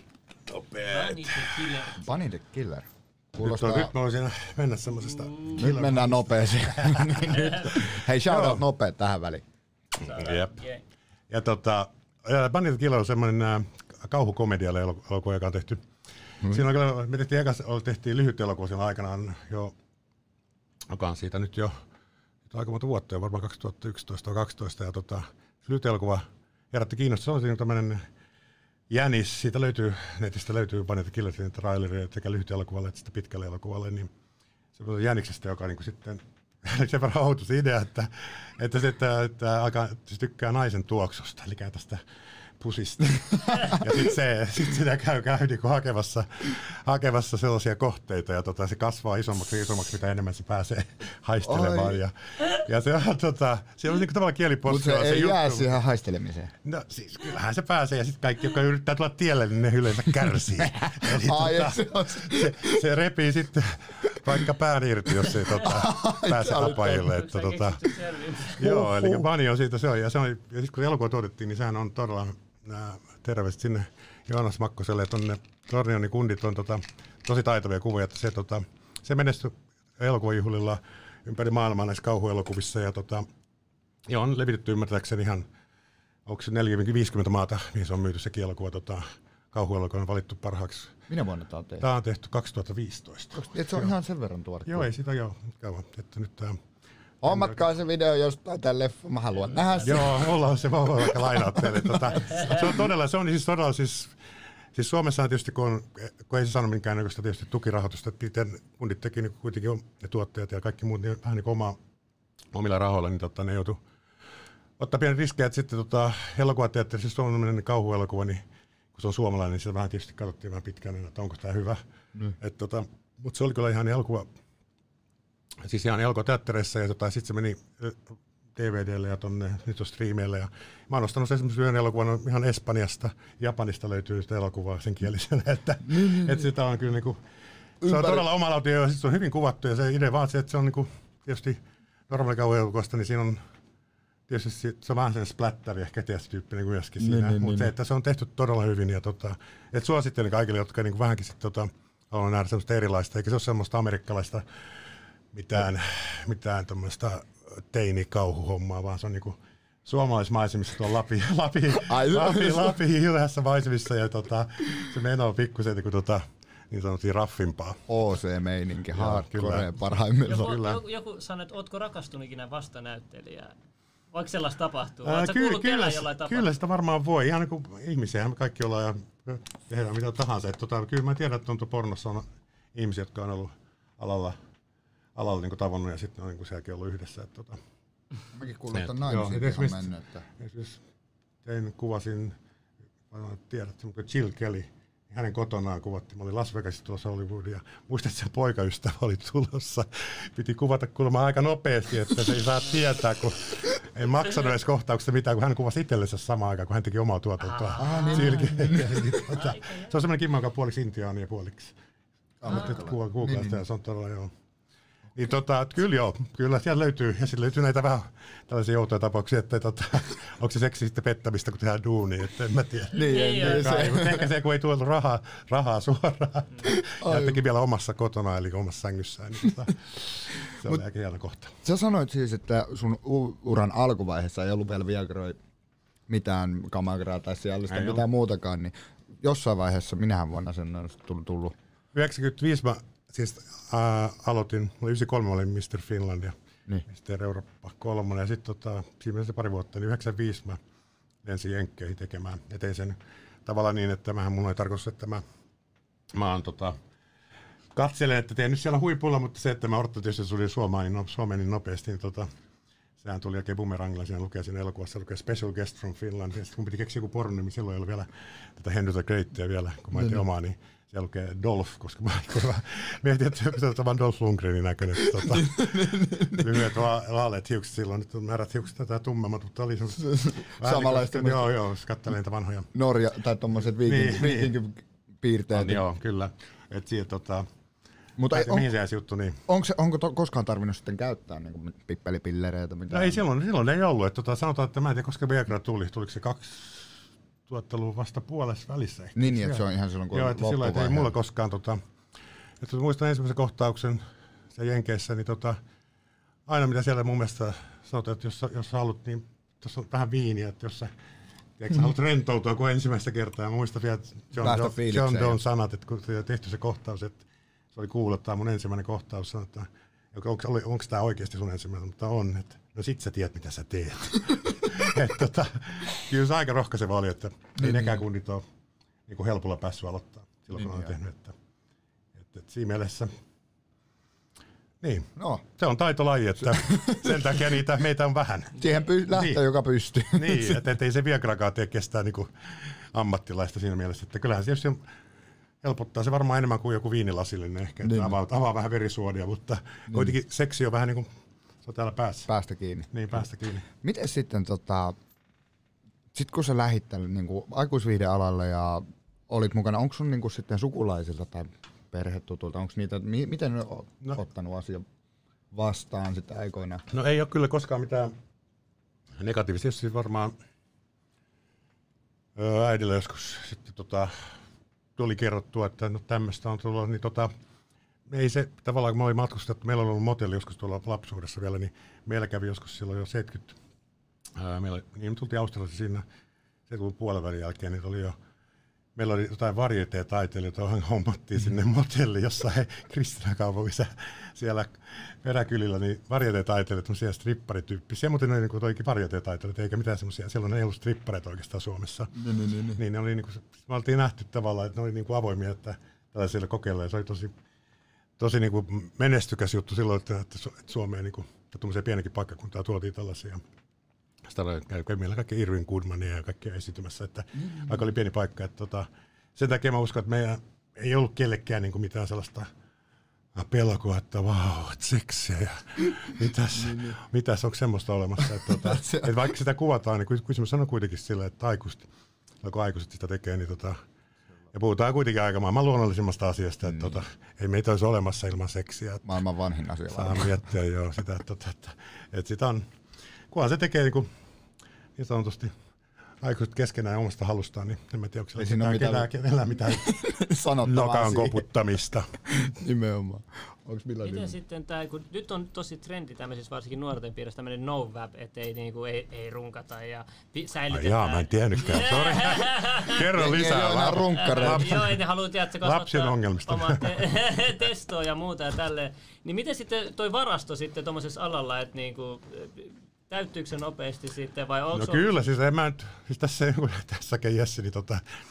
Bunny the Killer. Nyt mä voisin mennä semmosesta. Nyt mennään nopeasti. Hei, shoutout nopeet tähän väliin. Jep. Ja Bunny the Killer on semmoinen kauhukomedialle elokuva, joka on tehty. Siinä me tehtiin lyhyt elokuva siinä aikanaan jo joka on siitä nyt jo aika monta vuotta, jo varmaan 2011 tai 2012, ja lyhytelokuva herätti kiinnostusta. Se on tämmöinen jänis, siitä netistä löytyy paljon Killer traileria sekä lyhytelokuvalle että pitkälle elokuvalle, niin se on jäniksestä, joka niin sitten sen verran outo idea, että se tykkää naisen tuoksusta, eli tästä pusista. Ja sitten sitä käy niin hakemassa sellaisia kohteita, ja se kasvaa isommaksi, mitä enemmän se pääsee haistelemaan. Ja se on siellä on niin tavallaan kieliposkella. Mutta se ei jää siihen haistelemiseen. No siis kyllähän se pääsee, ja sitten kaikki, jotka yrittää tulla tielle, niin ne yleensä kärsii. Eli se repii sitten vaikka pään irti, jos ei pääse apajille. Joo, eli Bani on siitä se on. Ja sitten kun elokuva tuotettiin, niin sehän on todella terveistä sinne Joonas Makkoselle, ja tuonne Tornionin kundit on tosi taitavia kuvia, että se menestyi elokuvajuhlilla ympäri maailmaa näissä kauhuelokuvissa, ja on levitetty ymmärtääkseni ihan, onko se 40-50 maata, mihin se on myyty sekin elokuva, kauhuelokuva on valittu parhaaksi. Minä vuonna tämä on tehty? Tämä on tehty 2015. Et se on ihan sen verran tuore. Joo, ei sitä kauan, että nyt tämä... Hommatkaa se video jostain tämän leffa, mä haluan nähdä sen. Joo, ollaan se, voi vaikka lainaa teille. Siis Suomessa on tietysti, kun ei se sano minkäännäköistä tietysti tukirahoitusta, että miten kundit teki, niin kuitenkin on ne tuottajat ja kaikki muut, niin vähän niin kuin omilla rahoilla, niin ne joutuu ottaa pieni riskejä, että sitten elokuvateatteri, siis suomalainen kauhuelokuva, niin kun se on suomalainen, niin sitä vähän tietysti katsottiin vähän pitkään, että onko tämä hyvä. Mutta se oli kyllä ihan elokuva. Siis ihan elokuvateattereissa, ja sitten se meni DVDlle ja nyt on striimeille. Ja mä oon ostanut esimerkiksi yhden elokuvan ihan Espanjasta, Japanista löytyy sitä elokuvaa sen kielisellä, että sitä on kyllä niinku, se on todella omalautia, ja se on hyvin kuvattu, ja se idea vaan se, että se on niinku, tietysti normaali kauhuelokuvasta, niin siinä on tietysti se on vähän sen splatteri, ehkä tyyppinen myöskin siinä, mutta se, että se on tehty todella hyvin, ja että suosittelen kaikille, jotka niinku vähänkin sitten haluaa nähdä semmoista erilaista, eikä se ole semmoista amerikkalaista mitään tämmöistä teinikauhuhommaa, vaan se on niinku suomalaismaisemissa tuolla Lapin hiljaisessa maisemissa, ja se meno on pikkusen niin sanottiin raffimpaa. OC-meininki, hardcore parhaimmillaan. Joku sanoi, että ootko rakastunut ikinä vastanäyttelijää? Voiko sellaista tapahtua? Kyllä sitä varmaan voi. Ihan niin kuin ihmisiä, me kaikki ollaan ja tehdään mitä tahansa. Kyllä mä tiedän, että pornossa on ihmisiä, jotka on ollut alalla niin kuin tavannut, ja sitten on niin kuin sielläkin ollut yhdessä. Mäkin kuulin, että on naimisiin mennyt. Esimerkiksi kuvasin, tiedätte, mutta Jill Kelly, hänen kotonaan kuvattiin. Mä olin Las Vegasissa tuossa Hollywoodia, ja muistan, että sen poikaystävä oli tulossa. Piti kuvata kuulemma aika nopeasti, että se ei saa tietää, kun ei maksanut edes kohtauksesta mitään, kun hän kuvasi itsellensä samaan aikaan, kun hän teki omaa tuotantoa. Se on semmoinen kimmo, joka on puoliksi intiaani ja puoliksi. Kuukautta, ja se on todella joo. Niin kyllä siellä löytyy, ja sitten löytyy näitä vähän tällaisia outoja tapauksia, että onko se seksi sitten pettämistä, kun tehdään duunia, että en mä tiedä. Mutta ehkä se, kun ei tuolla rahaa suoraan, ja teki vielä omassa kotona, eli omassa sängyssään, niin se oli aika hieno kohta. Sä sanoit siis, että sun uran alkuvaiheessa ei ollut vielä Viagroi mitään kamagraa tai siellästä mitään muutakaan, niin jossain vaiheessa, minähän vuonna sen on tullut? 95 mä aloitin, 93 olin Mr. Finland ja Mr. Eurooppa 3, ja sitten siinä se pari vuotta, niin 95 mä lensin Jenkkeihin tekemään. Ja tein sen tavallaan niin, että mun oli tarkoitus, että mä oon katselen, että teen nyt siellä huipulla, mutta se, että mä odotin tietysti, että se tuli Suomeen niin nopeasti, niin sehän tuli jälkeen Boomerangilla, siinä lukee siinä elokuvassa, lukee Special Guest from Finland, ja sitten kun piti keksiä joku porno, niin silloin ei ollut vielä tätä Henry the Greatia vielä, kun mä etin omaa, niin siellä lukee Dolph, koska mä mietin, että se on Dolph Lundgrenin näköinen. Lyhyet vaaleat hiukset silloin, nyt on märät hiukset tätä tummemmat, mutta oli samanlaista. Joo, katselen niitä vanhoja. Norja, tai tommoset viikinkipiirteet. Joo, kyllä. Et siitä, mihin se jäisi juttu, niin. Onko koskaan tarvinnut sitten käyttää niin pippelipillereitä? No ei silloin ei ollut. Sanotaan, että mä en tiedä, koska Viagra tuliko se 2000-luvun vasta puolessa välissä. Ehkä. Niin, että se on ihan silloin, kun joo, että silloin ei mulla koskaan, että muistan ensimmäisen kohtauksen siellä Jenkeissä, niin aina mitä siellä mun mielestä sanotaan, että jos haluat, niin tuossa on vähän viiniä, että jos sä haluat rentoutua kuin ensimmäistä kertaa. Ja mä muistan vielä John Donne sanat, että kun tehty se kohtaus, että se oli kuuluttaa mun ensimmäinen kohtaus, että onko tämä oikeasti sun ensimmäinen, mutta on, että no sit sä tiedät, mitä sä teet. Kyllä se aika rohkaiseva oli, että ei nekään kunnit ole niin helpolla päässyt aloittaa silloin, kun on tehnyt. Että siinä mielessä, niin, se on taitolaji, että sen takia meitä on vähän. Siihen lähtee, joka pystyy. Niin, että ei se Viagrakaan tee kestää niin kuin ammattilaista siinä mielessä, että kyllähän se helpottaa se varmaan enemmän kuin joku viinilasillinen ehkä, että avaa vähän verisuonia, mutta kuitenkin seksi on vähän niin kuin se on täällä päässä. Päästä kiinni. Niin, päästä kiinni. Miten sitten, sit kun sä lähit tälle niin aikuisviihdealalle ja olit mukana, onko sun niin kuin sitten sukulaisilta tai perhetutulta, onko niitä, miten ne on ottanut asian vastaan sitten aikoinaan? No ei ole kyllä koskaan mitään negatiivista, siis varmaan äidillä joskus sitten tuli kerrottua, että no tämmöistä on tullut, niin ei se tavallaan, kun me oli matkustettu, meillä on ollut motelli joskus tuolla lapsuudessa vielä, niin meillä kävi joskus silloin jo 70, niin me tultiin Australiassa siinä 70-luvun puolenvälin jälkeen, niin meillä oli jotain varieté-taiteilijoita, hommattiin sinne motelli jossain Kristiinakaupungissa siellä peräkylillä, niin varieté-taiteilijat, tämmöisiä stripparityyppisiä, mutta ne oli niin toikin varieté-taiteilijat, eikä mitään semmoisia, silloin ei ollut strippareita oikeastaan Suomessa. Niin ne oli niin kuin, me oltiin nähty tavallaan, että ne oli niin kuin avoimia, että tällaisille kokeilla, ja se oli tosi niin kuin menestykäs juttu silloin, että Suomeen niin kuin, tuommoisia pienikin paikkakuntaa tuotiin tällaisia. Sitä käy meillä kaikki Irvin Goodmania ja kaikkia esiintymässä, että aika oli pieni paikka. Että sen takia mä uskon, että meidän ei ollut kellekään niin kuin mitään sellaista pelkoa, että vau, seksiä ja mitäs onko semmoista olemassa. Että vaikka sitä kuvataan, niin kysymys on kuitenkin sillä, että kun aikuiset sitä tekee, niin ja puhutaan kuitenkin aika maailman luonnollisimmasta asiasta, että ei meitä olisi olemassa ilman seksiä. Että maailman vanhin asia. Saa miettiä joo sitä, että sitä on. Kunhan se tekee niin sanotusti aikuiset keskenään omasta halustaan, niin en mä tiedä, onko siellä kenellään mitään nokan koputtamista. Nimenomaan. Miten sitten tämä, kun nyt on tosi trendi tämmöisissä varsinkin nuorten piirissä tämmöinen no-vab, että ei runkata ja säilytetään. Jaa, mä en tiennytkään, sori. Kerro lisää. Joo, ei ne halua lapsien ongelmista. Omaa testoa ja muuta ja tälleen. Niin miten sitten toi varasto sitten tuommoisessa alalla, että niinku täyttyykö se nopeasti sitten vai onko? No kyllä, siis tässäkin Jessi, niin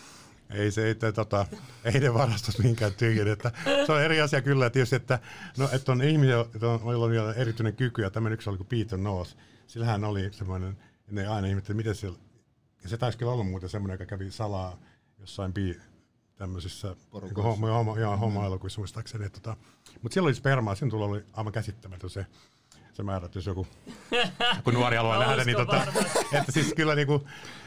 ei ne varastus mihinkään tyhjene. Se on eri asia kyllä tietysti, että on ihmisiä, joilla on vielä erityinen kyky, ja tämmöinen yksi oli kuin Peter North. Sillähän oli semmoinen, ne aina ihmettä, miten siellä, ja se taisi kyllä olla muuten semmoinen, joka kävi salaa jossain tämmöisissä homo-elokuvissa muistaakseni. Mutta siellä oli spermaa, siinä oli aivan käsittämätön se määrä, että jos joku nuori haluaa nähdä, niin että siis kyllä niinku,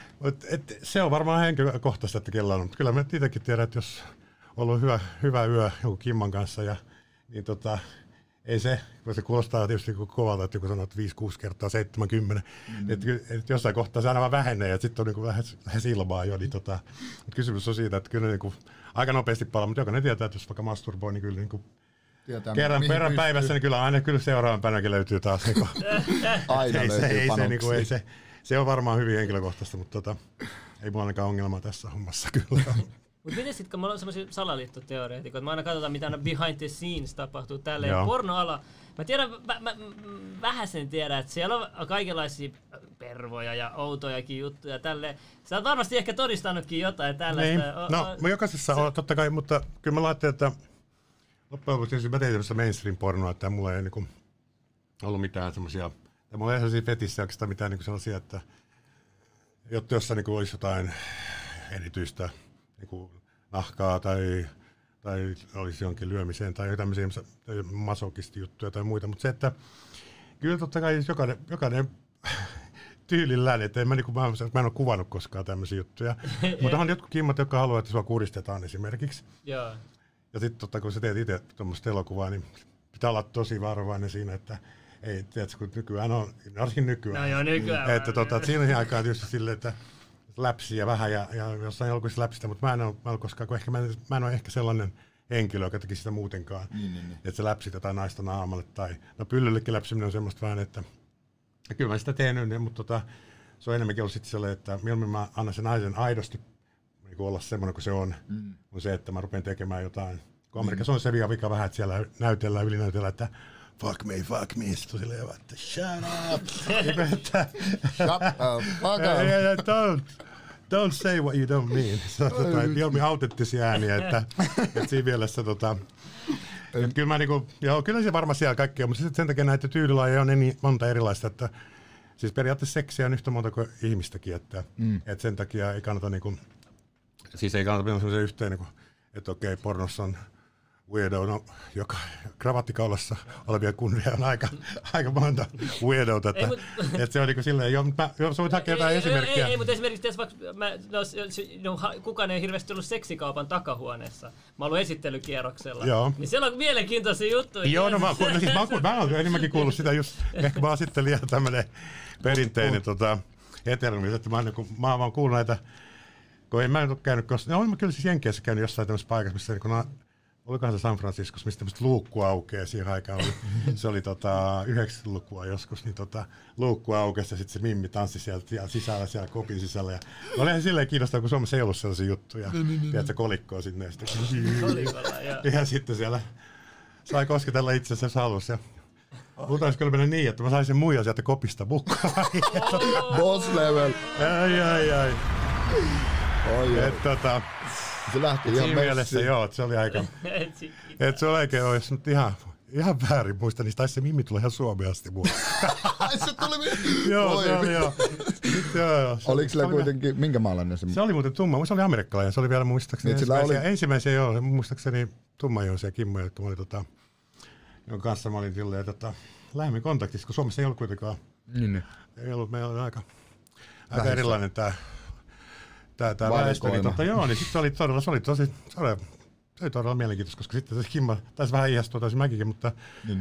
se on varmaan henkilökohtaista, että kellä on, mutta kyllä mä itsekin tiedän, että jos on ollut hyvä yö joku Kimman kanssa, niin ei se kuulostaa tietysti kovalta, että joku sanoo, että 5-6 kertaa 70, että jossain kohtaa se aina vaan vähenee, ja sitten on niinku lähes ilmaa jo, niin mutta kysymys on siitä, että kyllä niinku aika nopeasti palaa, mutta jokainen tietää, että jos vaikka masturboi, niin kyllä niinku kerran päivässä, niin kyllä seuraavan päivänäkin löytyy taas. Aina löytyy panoksia. Se on varmaan hyvin henkilökohtaista, mutta ei mulla ainakaan ongelmaa tässä hommassa kyllä. Mutta miten sitten, kun me ollaan sellaisia salaliittoteoreetikkoja, me aina katsotaan, mitä aina behind the scenes tapahtuu tälleen. Pornoala, mä tiedän, vähän sen tiedän, että siellä on kaikenlaisia pervoja ja outojakin juttuja tälleen. Sä oot varmasti ehkä todistanutkin jotain tällaista. Niin. Jokaisessa on totta kai, mutta kyllä mä laittelen, että loppujen lopuksi mä tein tämmöistä mainstream-pornoa, että mulla ei niinku ollut mitään semmoisia, mulla ei sellaisia fetissä oikeastaan mitään niinku sellaisia, että jossa niinku olisi jotain erityistä niinku nahkaa tai olisi jonkin lyömiseen tai tämmöisiä masokistijuttuja tai muita, mutta se, että kyllä totta kai jokainen tyylillään, että mä en ole kuvannut koskaan tämmöisiä juttuja, mutta on jotkut kimmat, jotka haluaa, että sua kuristetaan esimerkiksi. Joo. Ja sitten kun sä teet itse tuommoista elokuvaa, niin pitää olla tosi varovainen siinä, että ei, tiedätkö, kun nykyään on, varsinkin nykyään. No joo, nykyään. Että siinä aikaan tietysti silleen, että läpsiä vähän ja jossain elokuvissa läpsistä, mutta mä en ole koskaan, kun mä en ole ehkä sellainen henkilö, joka teki sitä muutenkaan. Niin. Että sä läpsit jotain naista naamalle tai, pyllyllekin läpsiminen on semmoista vähän, että kyllä mä sitä teen, mutta se on enemmänkin ollut sitten sellainen, että mieluummin mä annan sen naisen aidosti niin olla semmoinen kuin se on se, että mä rupean tekemään jotain. Kun Amerikassa on se vika vähän, että siellä ylinäytellään, että fuck me. Sitten tuli silleen, että shut up. Shut up, fuck up. Don't say what you don't mean. Mieluummin autenttisia ääniä, että siinä mielessä että kyllä mä niinku, joo, kyllä se varmaan siellä kaikkea, mutta sen takia näitä tyylilajeja on niin monta erilaista, että siis periaatteessa seksiä on yhtä monta kuin ihmistäkin, että sen takia ei kannata niinku, siis ei kannata mennä semmoisen yhteen, niinku, että okei, pornossa on weirdo, no, joka kravattikaulassa olevia kunnia on aika monta weirdoa, että se on niinku silleen, jos voit hakea jotain esimerkkiä. Ei, mutta esimerkiksi tässä kukaan ei hirveästi ollut seksikaupan takahuoneessa. Mä oon ollut esittelykierroksella. Joo. Niin siellä on mielenkiintoisia juttuja. Joo, no mä oon enemmänkin kuullut sitä just, ehkä mä oon sitten liian tämmönen perinteinen heteromies, että mä oon vaan kuullut näitä, kun en mä nyt ole käynyt, koska olen mä kyllä siis Jenkeissä käynyt jossain tämmöisessä paikassa, missä olikohan se San Franciscossa, missä tämmöistä luukku aukeaa siihen aikaan. Se oli 90-lukua joskus, niin luukku aukesi ja sitten se mimmi tanssi sieltä sisällä, siellä kopin sisällä. Ja olihan silleen kiinnostavaa, kun Suomessa ei ollut sellaisia juttuja. Tiedätkö, kolikkoa sinne ja sitten. Ja sitten siellä sai kosketella itsensä, jos halusi. Mutta olisi kyllä mennä niin, että mä sain sen muijan sieltä kopista mukaan. Boss level. Ai. Se lähti ihan siinä mielessä, joo, että se oli aika. Että se oli oikein, olisi nyt ihan väärin muista, niin taisi se Mimmi tulla ihan Suomeen asti mua. Se tuli Joo, se oli joo. Oliko sillä kuitenkin, minkä maalainen se? Se oli muuten tumma, se oli amerikkalainen, se oli vielä muistaakseni ensimmäisiä joo, muistaakseni tummajoisia kimmoja, jotka mä olin jonka kanssa mä olin silleen lähemmin kontaktissa, kun Suomessa ei ollut kuitenkaan. Niin. Ei ollut, meillä oli aika erilainen tää väestö, niin sitten se oli todella mielenkiintoista, koska sitten se Kimmo taisi vähän iästua, taisi mäkin, mutta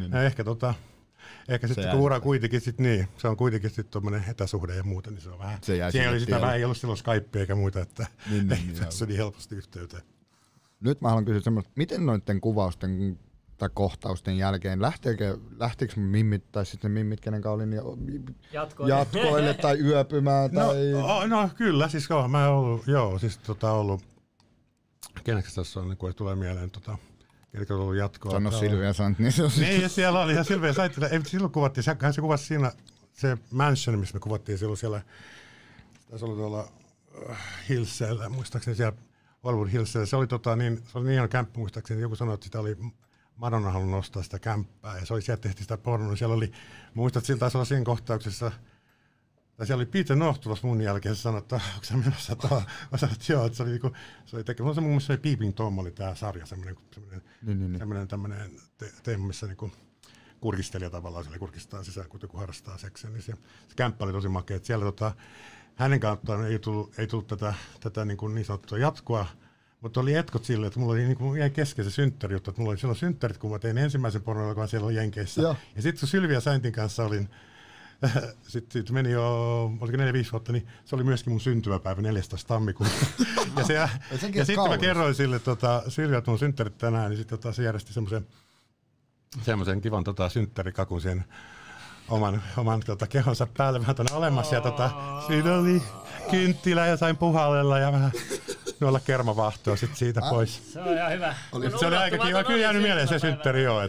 ehkä sitten kun ura kuitenkin sit niin, se on kuitenkin sitten tuommoinen etäsuhde ja muuta, niin se on vähän, ei ollut silloin Skype eikä muuta, että ei päässyt niin helposti yhteyteen. Nyt mä haluan kysyä semmoista, miten noiden kuvausten tai kohtausten jälkeen, lähtikö mimmit tai sitten mimmit, kenen kanssa olin, jatkoille tai yöpymään? Tai... No kyllä, siis mä oon ollut, keneksi tässä on, kun tulee mieleen, kenekä on ollut jatkoa. Sano Silvia Sant, niin se on niin, ja siellä oli, ja Silvia Saittila, ei silloin kuvattiin, se kuvasi siinä, se mansion, missä me kuvattiin silloin siellä, taisi olla tuolla Hillsellä, muistaakseni siellä Hollywood Hillsellä, se oli niin hieno kämppä, muistaakseni, joku sanoi, että sitä oli Madonna halunnut nostaa sitä kämppää ja se oli sieltä tehtiin sitä pornoa. Siellä oli, muistat, sillä taisi olla siinä kohtauksessa, tai siellä oli Peter Nohtulas mun jälkeen, se sanoi, että onko sä menossa tuohon? Mä sanoin, että joo, että se oli tekemään. Mun mielestä se oli Peeping Tom oli tää sarja, semmoinen tämmöinen teema, missä niinku kurkistelija tavallaan siellä kurkistaa sisään, kun joku harrastaa seksiä. Niin se kämppä oli tosi makea. Että siellä hänen kauttaan ei tullut tätä niin sanottua jatkoa. Mutta oli etkot silleen, että mulla oli niin jäi kesken se synttäri juttu, että mulla oli silloin synttärit, kun mä tein ensimmäisen pornoelokuvan siellä Jenkeissä. Ja sitten kun Sylvia Saintin kanssa olin, sitten meni jo, oliko 4-5 vuotta, niin se oli myöskin mun syntymäpäivä 14. tammikuuta. ja sitten mä kerroin sille Sylvia, että mun synttärit tänään, niin sitten se järjesti semmoisen kivan synttärikakun siihen oman kehonsa päälle vähän tuonne olemassa. Ja siinä oli kynttilä ja sain puhallella ja vähän noilla kermavahtoa sit siitä pois. Se on ihan hyvä. Se oli aika kiva. Kyllä jäänyt mieleen se synttäri joo.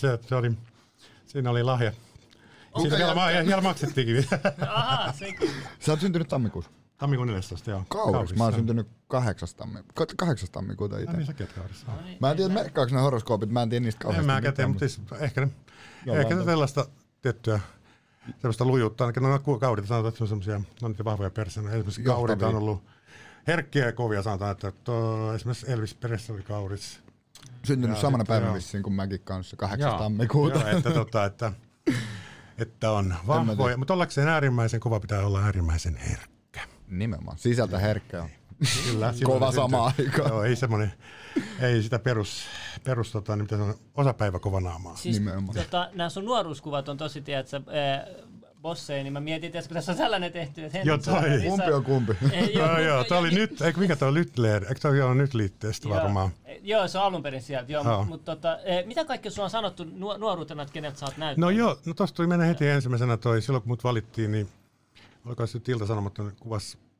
Siinä oli lahja. Siitä vielä maksettiinkin. Aha, sekin. Sä oot syntynyt tammikuussa? Tammikuun 14, joo. Kauris. Mä oon syntynyt 8. tammikuuta itse. Niin säkin oot kaudessa. Mä en tiedä, merkkaako ne horoskoopit, mä en tiedä niistä kauheasti. En mäkään tiedä, mutta siis ehkä sellaista tiettyä sellaista lujuutta. Ainakin nuo kaudit sanotaan, että se on semmoisia, no niitä vahvoja persoonia. Esimerkiksi kaudit on ollut herkkiä ja kovia, sanotaan, että esimerkiksi Elvis Presley oli kauris. Syntynyt samana päivänä vissiin kuin mäkin kanssa, 8. tammikuuta. Joo, että on vahvoja, mutta ollakseen äärimmäisen kova pitää olla äärimmäisen herkkä. Nimenomaan, sisältä herkkä on. Kyllä, kova samaan aikaan. Joo, ei sitä perus niin mitä sanon, osapäivä kova naamaa. Siis, nämä sun nuoruuskuvat on tosi, tiedätkö, bosseja, niin mä mietin, että tässä on sellainen tehty, että kumpi on kumpi? Joo, toi oli nyt, eikö mikä toi Lytleer, eikö toi ole nyt liitteestä varmaan? Joo, se on alun perin sieltä, mutta mitä kaikkea sulla on sanottu nuoruutena, että kenet sä oot näyttänyt? No joo, tosta tuli mennä heti ensimmäisenä silloin kun mut valittiin, niin oliko se Ilta-Sanomat kuvasi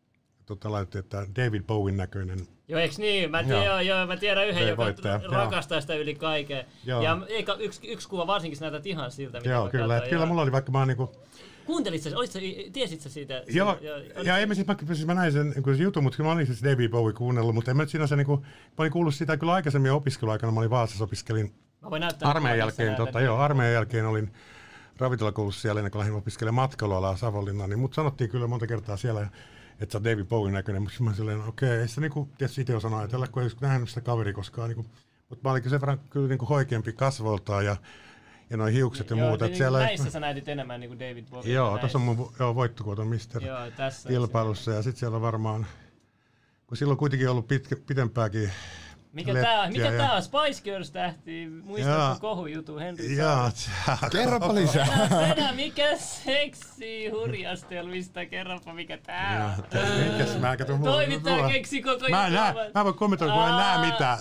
laitettiin, että David Bowen näköinen. Joo, eiks niin? Mä tiedän yhden, joka rakastaa sitä yli kaiken. Joo. Ja yksi kuva varsinkin näytät ihan siltä, mitä Joo, kyllä. Kyllä mulla oli vaikka mä niinku... Kuuntelit sä, tiesit sä siitä? Joo, mä näin sen jutun, mutta mä olin siis David Bowie kuunnellut, mutta en mä nyt sinänsä niinku... Mä olin kuullut sitä kyllä aikaisemmin opiskeluaikana, mä olin Vaasassa, opiskelin armeijan jälkeen olin ravintolakoulussa siellä ennen kuin lähdin opiskelemaan matkailualaa Savonlinnaan, niin mut sanottiin kyllä monta kertaa siellä, että sä oot David Bowen näköinen, mutta mä silleen, okei, ei sitä niinku, tietysti itse osannut ajatella, kun ei nähnyt sitä kaveri koskaan, niinku, mutta mä olin sen verran kyllä niinku hoikeampi kasvoltaan ja noin hiukset ja muuta. Niin, siellä näissä sä näytit enemmän niin kuin David Bowie. Joo, tuossa on mun voittokuoton Mister-kilpailussa ja sitten siellä on varmaan, kun silloin on kuitenkin ollut pitempääkin. Mikä tää on? Spice Girls -tähti. Muistatko kohujutun Henry Jaa, kerropa lisää. Mikä seksi hurjastelmista, kerropa mikä tää on. Mä Toimittaja keksi koko jutun. Mä voin kommentoida, kun en näe mitään.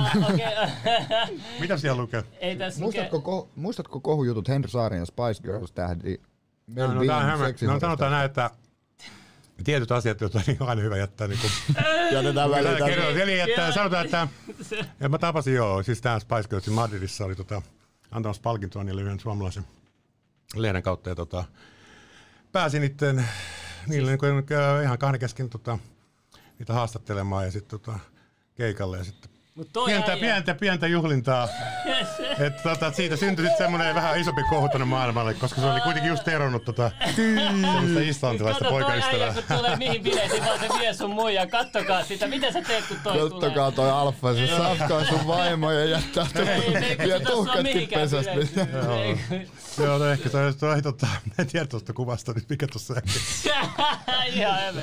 Mitä siellä lukee? Muistatko kohujutut Henry Saaren ja Spice Girls -tähti? No sanotaan näin, että tietyt asiat, joita on aina hyvä jättää. Niin jätetään väliin. Eli sanotaan, että ja mä tapasin siis tämä Spice Girlsin Madridissa oli antamassa palkintoa niille yhden suomalaisen lehden kautta. Ja pääsin niille ihan kahden kesken niitä haastattelemaan ja sitten keikalle ja sitten pientä juhlintaa. Että siitä syntyi sitten semmoinen vähän isompi kohu tonne maailmalle, koska se oli kuitenkin just eronnut semmoista islantilaista poikaystävää. Kun tulee mihin bileisiin, vaan se vie sun muija. Kattokaa sitä, mitä sä teet, kun toi tulee. Kattokaa toi alfa, se safkaa sun vaimo ja jättää vielä tuhkatkin pesästä. Joo, ehkä toi en tiedä tuosta kuvasta, niin mikä tuossa äkkiä. Ihan emme.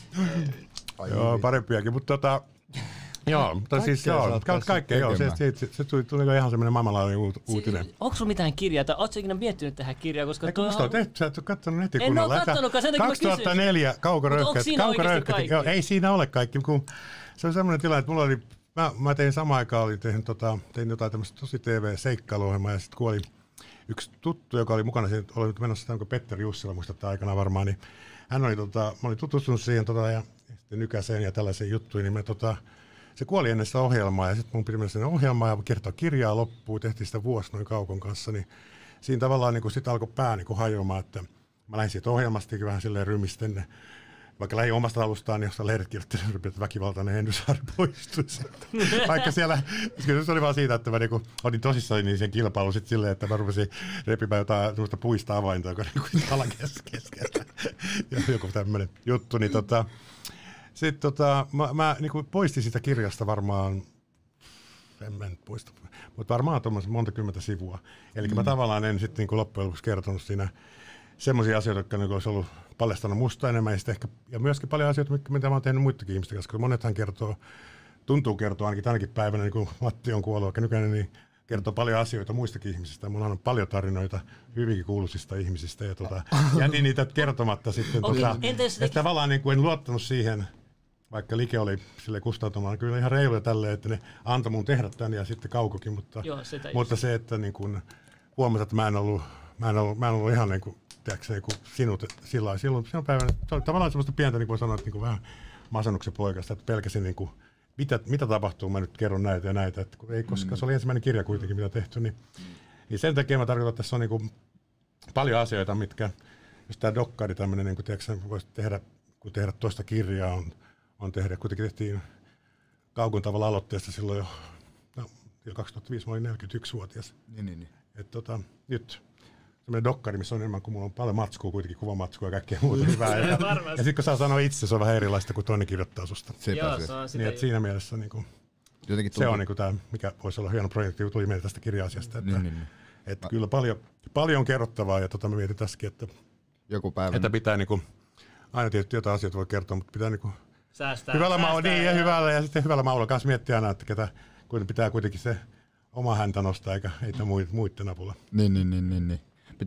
Joo, parempiakin, mutta joo, mutta siis kaikkea joo, se tuli ihan semmoinen maailmanlaajuinen uutinen. Onko sulla mitään kirjaa, tai ootko ikinä miettinyt tähän kirjaan? Koska eikö musta on tehty, sä et ole katsonut nettikunnolla. En oo kattonutkaan, sen takia 2004 Kaukoröyhkeät. Joo, ei siinä ole kaikki. Se on semmoinen tilanne, että mulla oli, mä tein samaan aikaan, tein jotain tämmöistä tosi TV-seikkailuohjelmaa, ja sitten kuoli yksi tuttu, joka oli mukana, oli menossa tämän kuin Petteri Jussila, muistatte aikana varmaan, niin hän oli, mä olin tutustunut siihen ja sitten Nykäseen ja tällaisiin juttuihin, niin se kuoli ennen sitä ohjelmaa ja sitten mun piti mennä sinne ohjelmaan ja kertoa kirjaa loppuun. Tehtiin sitä vuosi noin Kaukon kanssa, niin siinä tavallaan niin sitten alkoi pää niin hajoamaan, että mä lähdin siitä ohjelmastakin vähän silleen rymisten. Vaikka lähdin omasta alustaan, jossa lehdet kirjoittelivat, että väkivaltainen Henry Saari poistuisi. Vaikka siellä, se oli vaan siitä, että mä niinku otin tosissaan niin sen kilpailun sitten silleen, että mä rupesin repimään jotain semmoista puista avainta, joka niinku alan keskellä. Ja joku tämmöinen juttu, niin sitten mä niinku poistin sitä kirjasta varmaan, en poista, mutta varmaan tuommoisen monta kymmentä sivua. Eli mä tavallaan en sitten niinku loppujen lopuksi kertonut siinä semmoisia asioita, jotka niinku olisi ollut paljastanut musta enemmän ja myöskin paljon asioita, mitä mä oon tehnyt muidenkin ihmisten kanssa, koska monethan tuntuu kertoa ainakin tänäkin päivänä, niin kun Matti on kuollut, vaikka nykyinen, niin kertoo paljon asioita muistakin ihmisistä. Mulla on paljon tarinoita hyvinkin kuuluisista ihmisistä ja jätin niitä kertomatta sitten. Ja tavallaan niin kuin en luottanut siihen, vaikka Like oli sille kustautumaan kyllä ihan reiluja tälleen, että ne antoi mun tehdä tän ja sitten Kaukokin, mutta se, että niin kun huomasin, että mä en ollut ihan niin kuin, tiedätkö, sinut silloin päivänä, se oli tavallaan semmoista pientä, niin kuin sanoa, että niin vähän masennuksen poikasta, että pelkäsin niin kuin, mitä tapahtuu, mä nyt kerron näitä ja näitä, että koska se oli ensimmäinen kirja kuitenkin, mitä tehty, niin sen takia mä tarkoitan, että tässä on niin kuin paljon asioita, mitkä, jos tämä dokkari tämmöinen, niin kuin, tiedätkö, voisi tehdä, kun tehdä toista kirjaa on tehdä, kuitenkin tehtiin Kaukon tavalla aloitteesta silloin jo 2005, mä olin 41-vuotias. Niin. Että nyt semmoinen dokkari, missä on enemmän kuin mulla on paljon matskua, kuitenkin kuvamatskua ja kaikkea muuta hyvää. Ja sitten kun saa sanoa itse, se on vähän erilaista kuin toinen kirjoittaa susta. Joo, se on sitä. Niin, että siinä mielessä niin kuin, se on niin kuin tämä, mikä voisi olla hieno projekti, tuli meille tästä kirja-asiasta. Että, että kyllä paljon kerrottavaa ja mä mietin tässäkin, että, joku päivä. Että pitää niin kuin, aina tietysti jotain asioita voi kertoa, mutta pitää niin kuin, säästää. Hyvällä ja sitten hyvällä maulla kanssa miettiä aina, että pitää kuitenkin se oma häntä nostaa, eikä muiden avulla. Niin.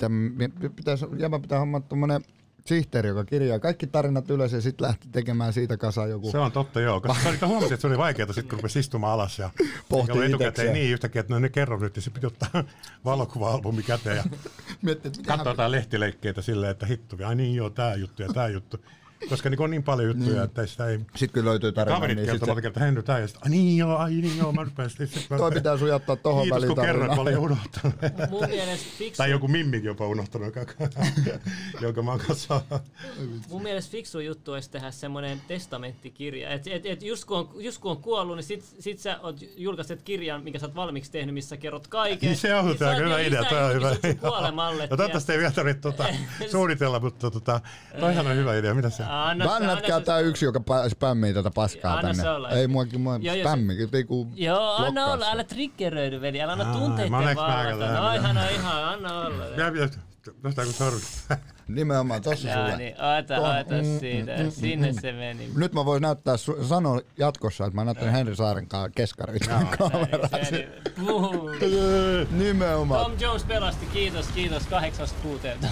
Pitää hommata tommonen sihteeri, joka kirjaa kaikki tarinat ylös ja sitten lähti tekemään siitä kasaan joku. Se on totta, joo. Koska huomasin, että se oli vaikeaa sitten, kun rupesi istumaan alas ja pohti etukäteen niin yhtäkkiä, että ne kerron nyt ja se piti ottaa valokuva-albumi käteen ja katsoa jotain lehtileikkeitä silleen, että hittu, ai niin joo, tää juttu ja tää juttu. koska niin on niin paljon juttuja, että sitä ei... Sitten kun löytyy tarina, kaverit niin kertoo monta kertaa, Henry tää, ja sitten, niin joo, mä rupesin. Toi pitää sujattaa tohon väliin. Kiitos, kun kerran, mä olin unohtanut. Mun mielestä fiksu... Tai joku mimmikin jopa unohtanut, jonka mä oon kanssa... Mun mielestä fiksu juttu olisi tehdä semmoinen testamenttikirja. Et just kun on kuollut, niin sit sä julkaiset kirjan, minkä sä oot valmiiksi tehnyt, missä kerrot kaiken. Se on hyvä idea, toi on hyvä. No toivottavasti ei vielä tarvitse suunnitella, mutta toihan on hyvä idea. Mitä se? Bännätkää tää yksi, joka spämmii tätä paskaa anna tänne. olla. Ei mua spämmi. Joo, anna olla, älä triggeröidy, veli. Älä anna tunteiden vallata. No ihan, anna olla. Nostaa kun sormi. Nimenomaan, tossa sulla. No niin, ota siitä. Sinne se meni. Nyt mä vois näyttää, sano jatkossa, että mä näytän Henri Saaren kamerat. Nimenomaan. Tom Jones pelasti, kiitos 8-16.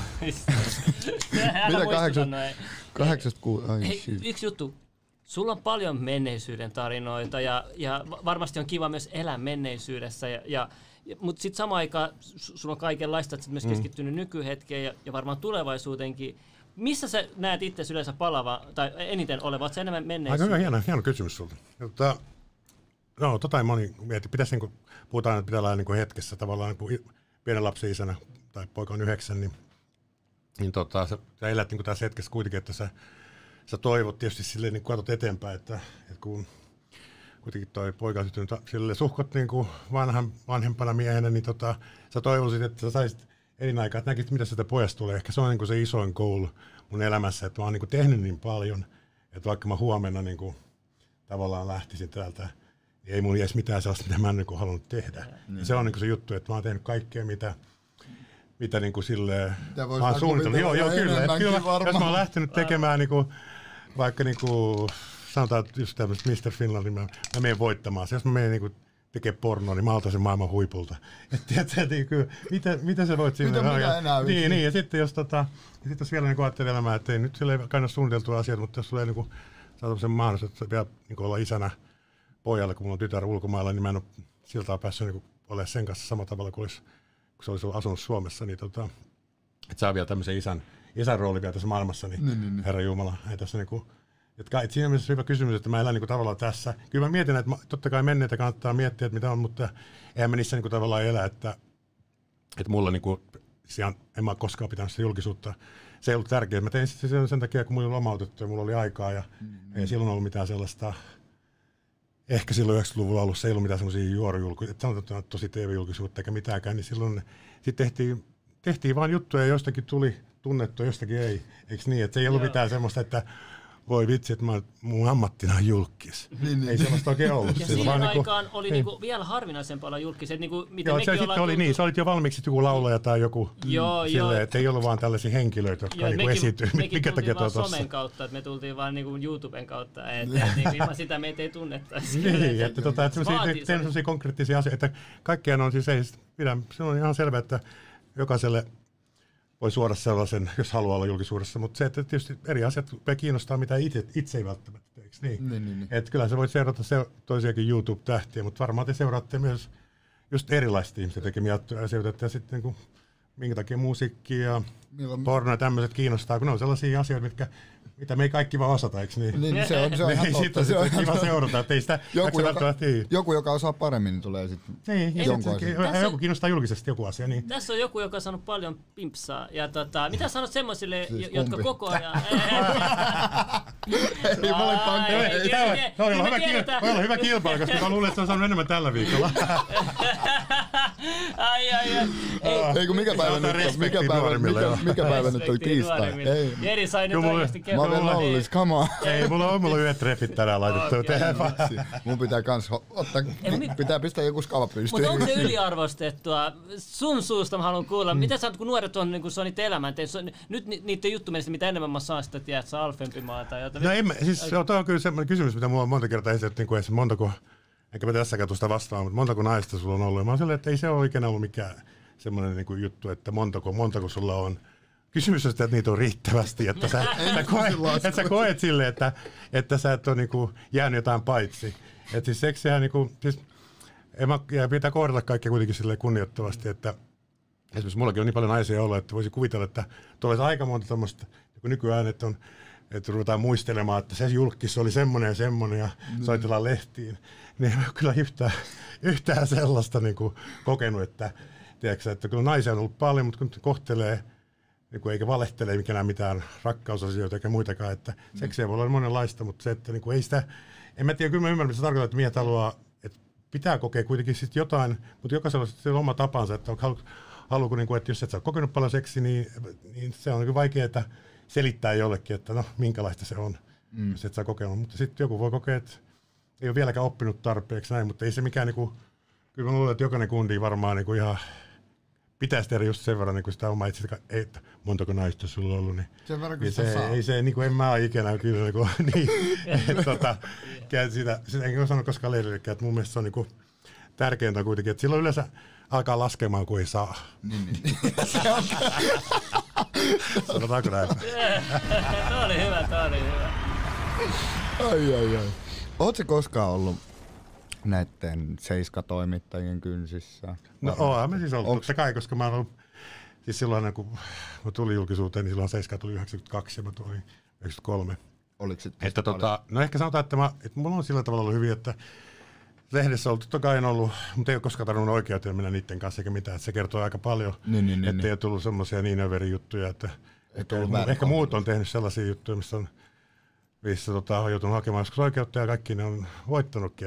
Mitä 8-6? Yksi juttu. Sulla on paljon menneisyyden tarinoita ja varmasti on kiva myös elää menneisyydessä. Mutta sitten samaan aikaan sulla on kaikenlaista, että sä myös keskittynyt nykyhetkeen ja varmaan tulevaisuutenkin. Missä sä näet itse yleensä palava tai eniten oleva? Oletko sä enemmän menneisyyden? Aika hieno kysymys sulta. No, moni mieti. Pitäisi, niin puhutaan, että pitää olla niin hetkessä tavallaan niin pienen lapsen isänä, tai poika on 9, niin sä elät niin tässä hetkessä kuitenkin, että sä toivot tietysti silleen, niin katsot eteenpäin, että kun kuitenkin toi poika on syttynyt sille suhkot niin kuin vanhempana miehenä, niin sä toivoisit, että sä saisit elinaikaa, että näkisit, mitä sieltä pojasta tulee. Ehkä se on niin kuin se isoin goal mun elämässä, että mä oon niin kuin tehnyt niin paljon, että vaikka mä huomenna niin kuin tavallaan lähtisin täältä, niin ei mun edes mitään sellaista, mitä mä en niin kuin halunnut tehdä. Se on niin kuin se juttu, että mä oon tehnyt kaikkea, mitä niin kuin silleen mä oon suunnitellut. Joo, kyllä. Jos mä oon lähtenyt tekemään niin kuin, vaikka niin kuin, sanotaan just tämmöistä Mr. Finlandin, mä menen voittamaan. Jos mä menen niin tekemään pornoa, niin mä otan sen maailman huipulta. Mitä sä voit siinä? Mitä enää niin, ja sitten jos vielä niin ajattelee elämää, että ei nyt sille ei kannata suunniteltua asiat, mutta jos sulla ei niin saa sen mahdollisuus, että vielä niin olla isänä pojalle, kun mulla on tytär ulkomailla, niin mä en ole siltä päässyt niin olemaan sen kanssa samalla tavalla kuin se olisi asunut Suomessa, niin että saa vielä tämmöisen isän rooli vielä tässä maailmassa, niin Herra Jumala, ei tässä niinku, että siinä on hyvä kysymys, että mä elän niinku tavallaan tässä. Kyllä mä mietin, että totta kai menneitä kannattaa miettiä, että mitä on, mutta eihän mä niissä niinku tavallaan elä, että mulla niinku, en mä koskaan pitänyt sitä julkisuutta. Se ei ollut tärkeää. Mä tein sen takia, kun mulla oli lomautettu ja mulla oli aikaa ja ei silloin ollut mitään sellaista. Ehkä silloin 90-luvulla alussa ei ollut mitään semmoisia juorujulkisuutta, että sanotaan tosi TV-julkisuutta eikä mitäänkään, niin silloin sitten tehtiin vaan juttuja ja jostakin tuli tunnettua, jostakin ei. Eikö niin? Että se ei ollut mitään semmoista, että voi vitsi, että mun ammattina on julkis. Ei sellaista oikein ollut. Ja siihen aikaan oli niinku vielä harvinaisempaa olla julkis. Niinku, joo, se sitten oli niin, sä olit jo valmiiksi joku laulaja tai joku silleen, että ei ollut vaan tällaisia henkilöitä, jotka niinku esiintyy. Mekin tultiin vaan somen kautta, että me tultiin vaan niinku YouTuben kautta, että ilman sitä meitä ei tunnettaisi. Niin, että sellaisia konkreettisia asioita, että kaikkiaan on siis se on ihan selvä, että jokaiselle voi suoda sellaisen, jos haluaa olla julkisuudessa, mutta se, että tietysti eri asiat kiinnostaa, mitä itse ei välttämättä teeksi. Niin. Että kyllä sä voit seurata toisiakin YouTube-tähtiä, mutta varmaan te seuraatte myös just erilaisia ihmisiä tekemiä asioita, ja sitten niin kuin, minkä takia musiikki ja porno ja tämmöiset kiinnostaa, kun ne on sellaisia asioita, mitä me ei kaikki vaan osata, eikö niin? Niin, se on ihan totta. Se on kiva seurata, että ei sitä joku, joka osaa paremmin, niin tulee sitten joku kiinnostaa julkisesti joku asia. Niin. Tässä on joku, joka on saanut paljon pimpsaa. Ja mitä sanot semmoisille, jotka koko ajan... Voi olla hyvä kilpailu, koska mä luulen, että se on saanut enemmän tällä viikolla. Ei kun mikä päivä nyt oli tiistai? Jeri sai nyt oikeasti kertoa. Mä olen nollis, come on. Ei, mulla on yhdet treffit tänään laitettu. Mun pitää kans pitää pistää joku skala pystyyn. Mutta onko se yliarvostettua? Sun suusta mä haluan kuulla. Mitä sä oot, kun nuoret on, niin kun se on niitä elämänteitä? Nyt niiden juttu mielestä, mitä enemmän mä saan sitä, tiedät sä alfempimaa tai jotain. No siis toi on kyllä semmoinen kysymys, mitä mulla on monta kertaa esitetty, niin kuin montako, enkä mä tässäkään tuosta vastaan, mutta montako naista sulla on ollut. Ja mä oon silleen, että ei se ole ikinä ollut mikään semmoinen niin kuin juttu, että montako sulla on. Kysymys on sitä, että niitä on riittävästi, että sä koet silleen, että sä et ole niinku jäänyt jotain paitsi. Että siis seksihän niinku, pitää kohdella kaikkia kuitenkin silleen kunnioittavasti, että esimerkiksi mullakin on niin paljon naisia ollut, että voisi kuvitella, että tuolla olisi aika monta tämmöistä, kun nykyään, että on että ruvetaan muistelemaan, että se julkis oli semmoinen ja soitellaan lehtiin. Niin en ole kyllä yhtään sellaista niin kuin kokenut, että, tiedätkö, että kyllä naisia on ollut paljon, mutta kun kohtelee, niin kuin eikä valehtele mitään rakkausasioita eikä muitakaan, että seksiä voi olla monenlaista, mutta se, että niin kuin ei sitä, en mä tiedä, kyllä mä ymmärrän, mitä se tarkoittaa, että miehet haluaa, että pitää kokea kuitenkin sit jotain, mutta jokaisella on sitten oma tapansa, että haluuko, niin kuin, että jos et sä ole kokenut paljon seksiä, niin se on niin vaikeaa selittää jollekin, että no minkälaista se on, jos et sä kokenut, mutta sitten joku voi kokea, että ei ole vieläkään oppinut tarpeeksi näin, mutta ei se mikään, niin kuin, kyllä mä luulen, että jokainen kundi varmaan niin kuin ihan pitäisi tehdä just sen verran niin sitä omaa itse, että montako naista sulla on ollut, niin sen verran, niin se, ei se, niin kuin en mä ole ikinä kyllä niin sitä enkä osannut koskaan leirillekään, että mun mielestä se on niin kuin tärkeintä kuitenkin, että silloin yleensä alkaa laskemaan, kun ei saa. Niin. Sanotaanko näin? Tämä oli hyvä. Ai. Ootko koskaan ollut näiden Seiska-toimittajien kynsissä? No oonhan me siis ollut, totta kai, koska mä oon ollut, siis silloin kun mä tulin julkisuuteen, niin silloin Seiska tuli 92 ja mä tulin 93. Oliko se että no ehkä sanotaan, että mulla on sillä tavalla ollut hyvin, että lehdessä on ollut, totta kai en ollut, mutta ei ole koskaan tarvinnut oikeuteen mennä niiden kanssa eikä mitään, että se kertoo aika paljon, ettei ole tullut semmoisia niin överijuttuja, että ehkä muut on tehnyt sellaisia juttuja, missä on joutunut hakemaan joskus oikeutta ja kaikki ne on voittanutkin,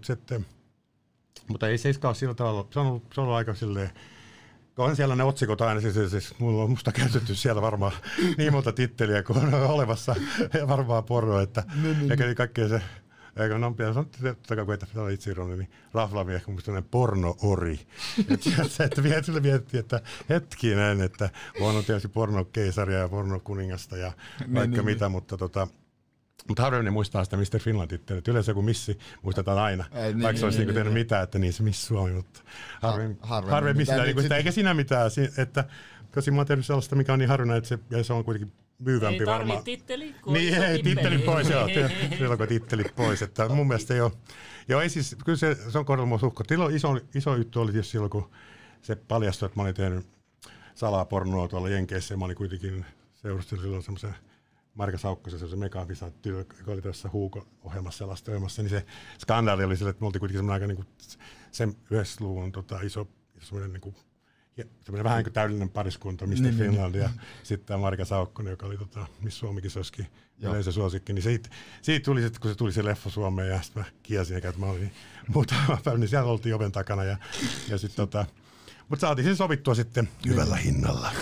mutta ei Seiska ole sillä tavalla, se on ollut aika silleen, on siellä ne otsikot aina, siis mulla on musta käytetty siellä varmaan niin monta titteliä kuin on olemassa, ja varmaan porno, että eikä kaikkea se, eikä no pian sanotaan, kun ei ole itse ironi, niin raflaami ehkä musta sellainen porno-ori. Että vielä miettii, että hetkinen, että on tietysti porno-keisaria ja porno-kuningasta ja vaikka mitä, mutta harvemmin muistaa sitä Mr. Finland-tittelit. Yleensä joku missi muistetaan aina, vaikka se olisi tehnyt mitään, että niin se Miss Suomi, mutta harvemmin sitä, eikä siinä mitään, että koska mä oon tehnyt sellaista, mikä on niin harvinainen, että se on kuitenkin myyvämpi varmaan. Ei titteli, niin, ei tittelit pois, joo. Silloin kun tittelit pois, että mun mielestä ei ole. Joo, ei siis, kyllä se on kohdalla mua suhko. Iso juttu oli tietysti silloin, kun se paljastui, että mä olin tehnyt salaa pornoa tuolla Jenkeissä, ja mä olin kuitenkin seurustelin silloin semmoisen Marika Saukkosen, se Megan-visa, joka oli tässä Huuko-ohjelmassa sellaista ohjelmassa, niin se skandaali oli sille, että me oltiin kuitenkin semmoinen aika niin kuin sen 90-luvun iso semmoinen niin kuin semmoinen vähän niin kuin täydellinen pariskunta, Mr. Finland ja sitten tämä Marika Saukkonen, joka oli Miss Suomi-kisoskin yleisösuosikki, niin siitä tuli sitten, kun se tuli se leffa Suomeen ja sitten mä kiesin, että mä olin muutama päivä, niin siellä oltiin oven takana ja sitten mutta saatiin sen sovittua sitten hyvällä hinnalla.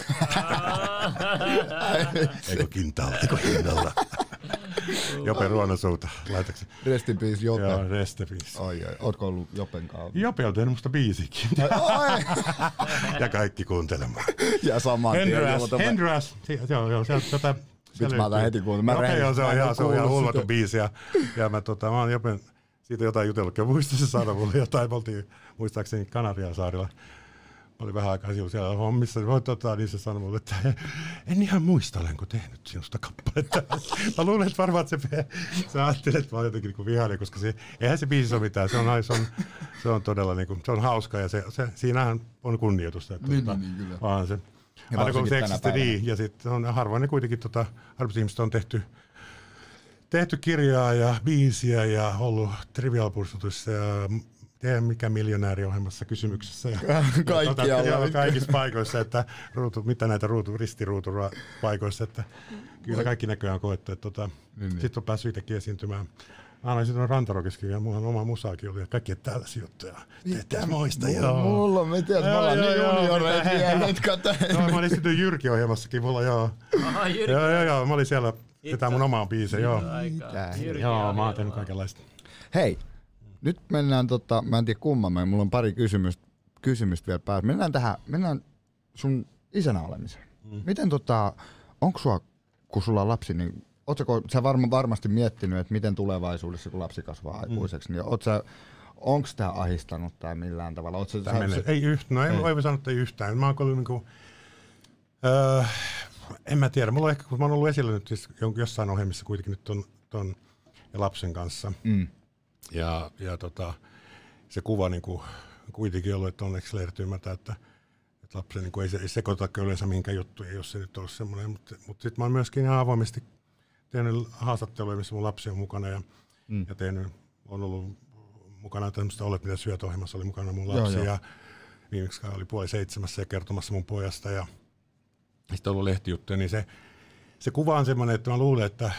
Eikö kintaalla, eikö hinnalla. Jope Ruonosuuta, laitaksi. Rest in peace, Jope. Joo, rest in peace. Ai, ootko ollut Jopen kanssa? Jope on tehnyt musta biisikin. Ja kaikki kuuntelemaan. Ja saman Hendras, joo, sieltä Vitsi, mä otan heti kuuntelemaan. Joo, se on ihan hulvattu biisi. Ja mä oon Jopen siitä jotain jutellut, ja muistin se saada mulle jotain, me oltiin muistaakseni Kanariansaarilla. Mä olin vähän aikaa siellä hommissa, niin se sanoi mulle, että en ihan muista, olenko tehnyt sinusta kappaletta. Mä luulen, että varmaan, että sä ajattelet, että mä oon jotenkin niin vihainen, koska eihän se biisi ole mitään. Se on todella niin kuin, se on hauska ja siinähän on kunnioitusta. Että niin, kyllä. Vaan se. Aina kun seksistä niin, ja sitten on harvoin ne kuitenkin, harvoin ihmiset on tehty kirjaa ja biisiä ja ollut Trivial Pursuitissa ja mikä miljonääriohjelmassa kysymyksessä ja kaikissa paikoissa, että mitä näitä ristiruutupaikoissa, että kyllä kaikki näköjään on koettu. Sitten on päässyt itsekin esiintymään. Annoin sitten Rantarokiskin ja mulla on oma musaakin oli ja kaikki tällaisia juttuja. Te muista, joo. Mulla on, me tiedät, me ollaan niin junioreita vielä. Mä olin esiintynyt Jyrki-ohjelmassakin, mulla joo. Joo, mä olin siellä, pitää mun omaa biisejä, joo. Joo, mä oon tehnyt kaikenlaista. Hei. Nyt mennään, mä en tiedä kumman, mulla on pari kysymystä vielä päässä. Mennään sun isänä olemiseen. Miten onko sua, kun sulla on lapsi, niin ootko sä varmasti miettinyt, että miten tulevaisuudessa, kun lapsi kasvaa aikuiseksi, niin onko tää ahistanut tää millään tavalla? Ei yhtään, ei voi sanoa, että ei yhtään. Mä oon ollut niinku, en mä tiedä, mulla on ehkä, kun mä oon ollut esillä nyt siis jossain ohjelmissa kuitenkin nyt ton ja lapsen kanssa. Ja se kuva niinku kuitenkin ollut, että onneksi lehdet ymmärtää, että lapsen niinku ei sekoita yleensä mihinkään juttuihin, jos se nyt olisi semmoinen. Mutta sitten mä oon myöskin ihan avoimesti tehnyt haastatteluja, missä mun lapsi on mukana ja on ollut mukana tämmöistä Olet mitä syöt -ohjelmassa, oli mukana mun lapsi ja viimeksi oli 6:30 ja kertomassa mun pojasta ja sitten on ollut lehtijuttuja, niin se kuva on semmoinen, että mä luulen, että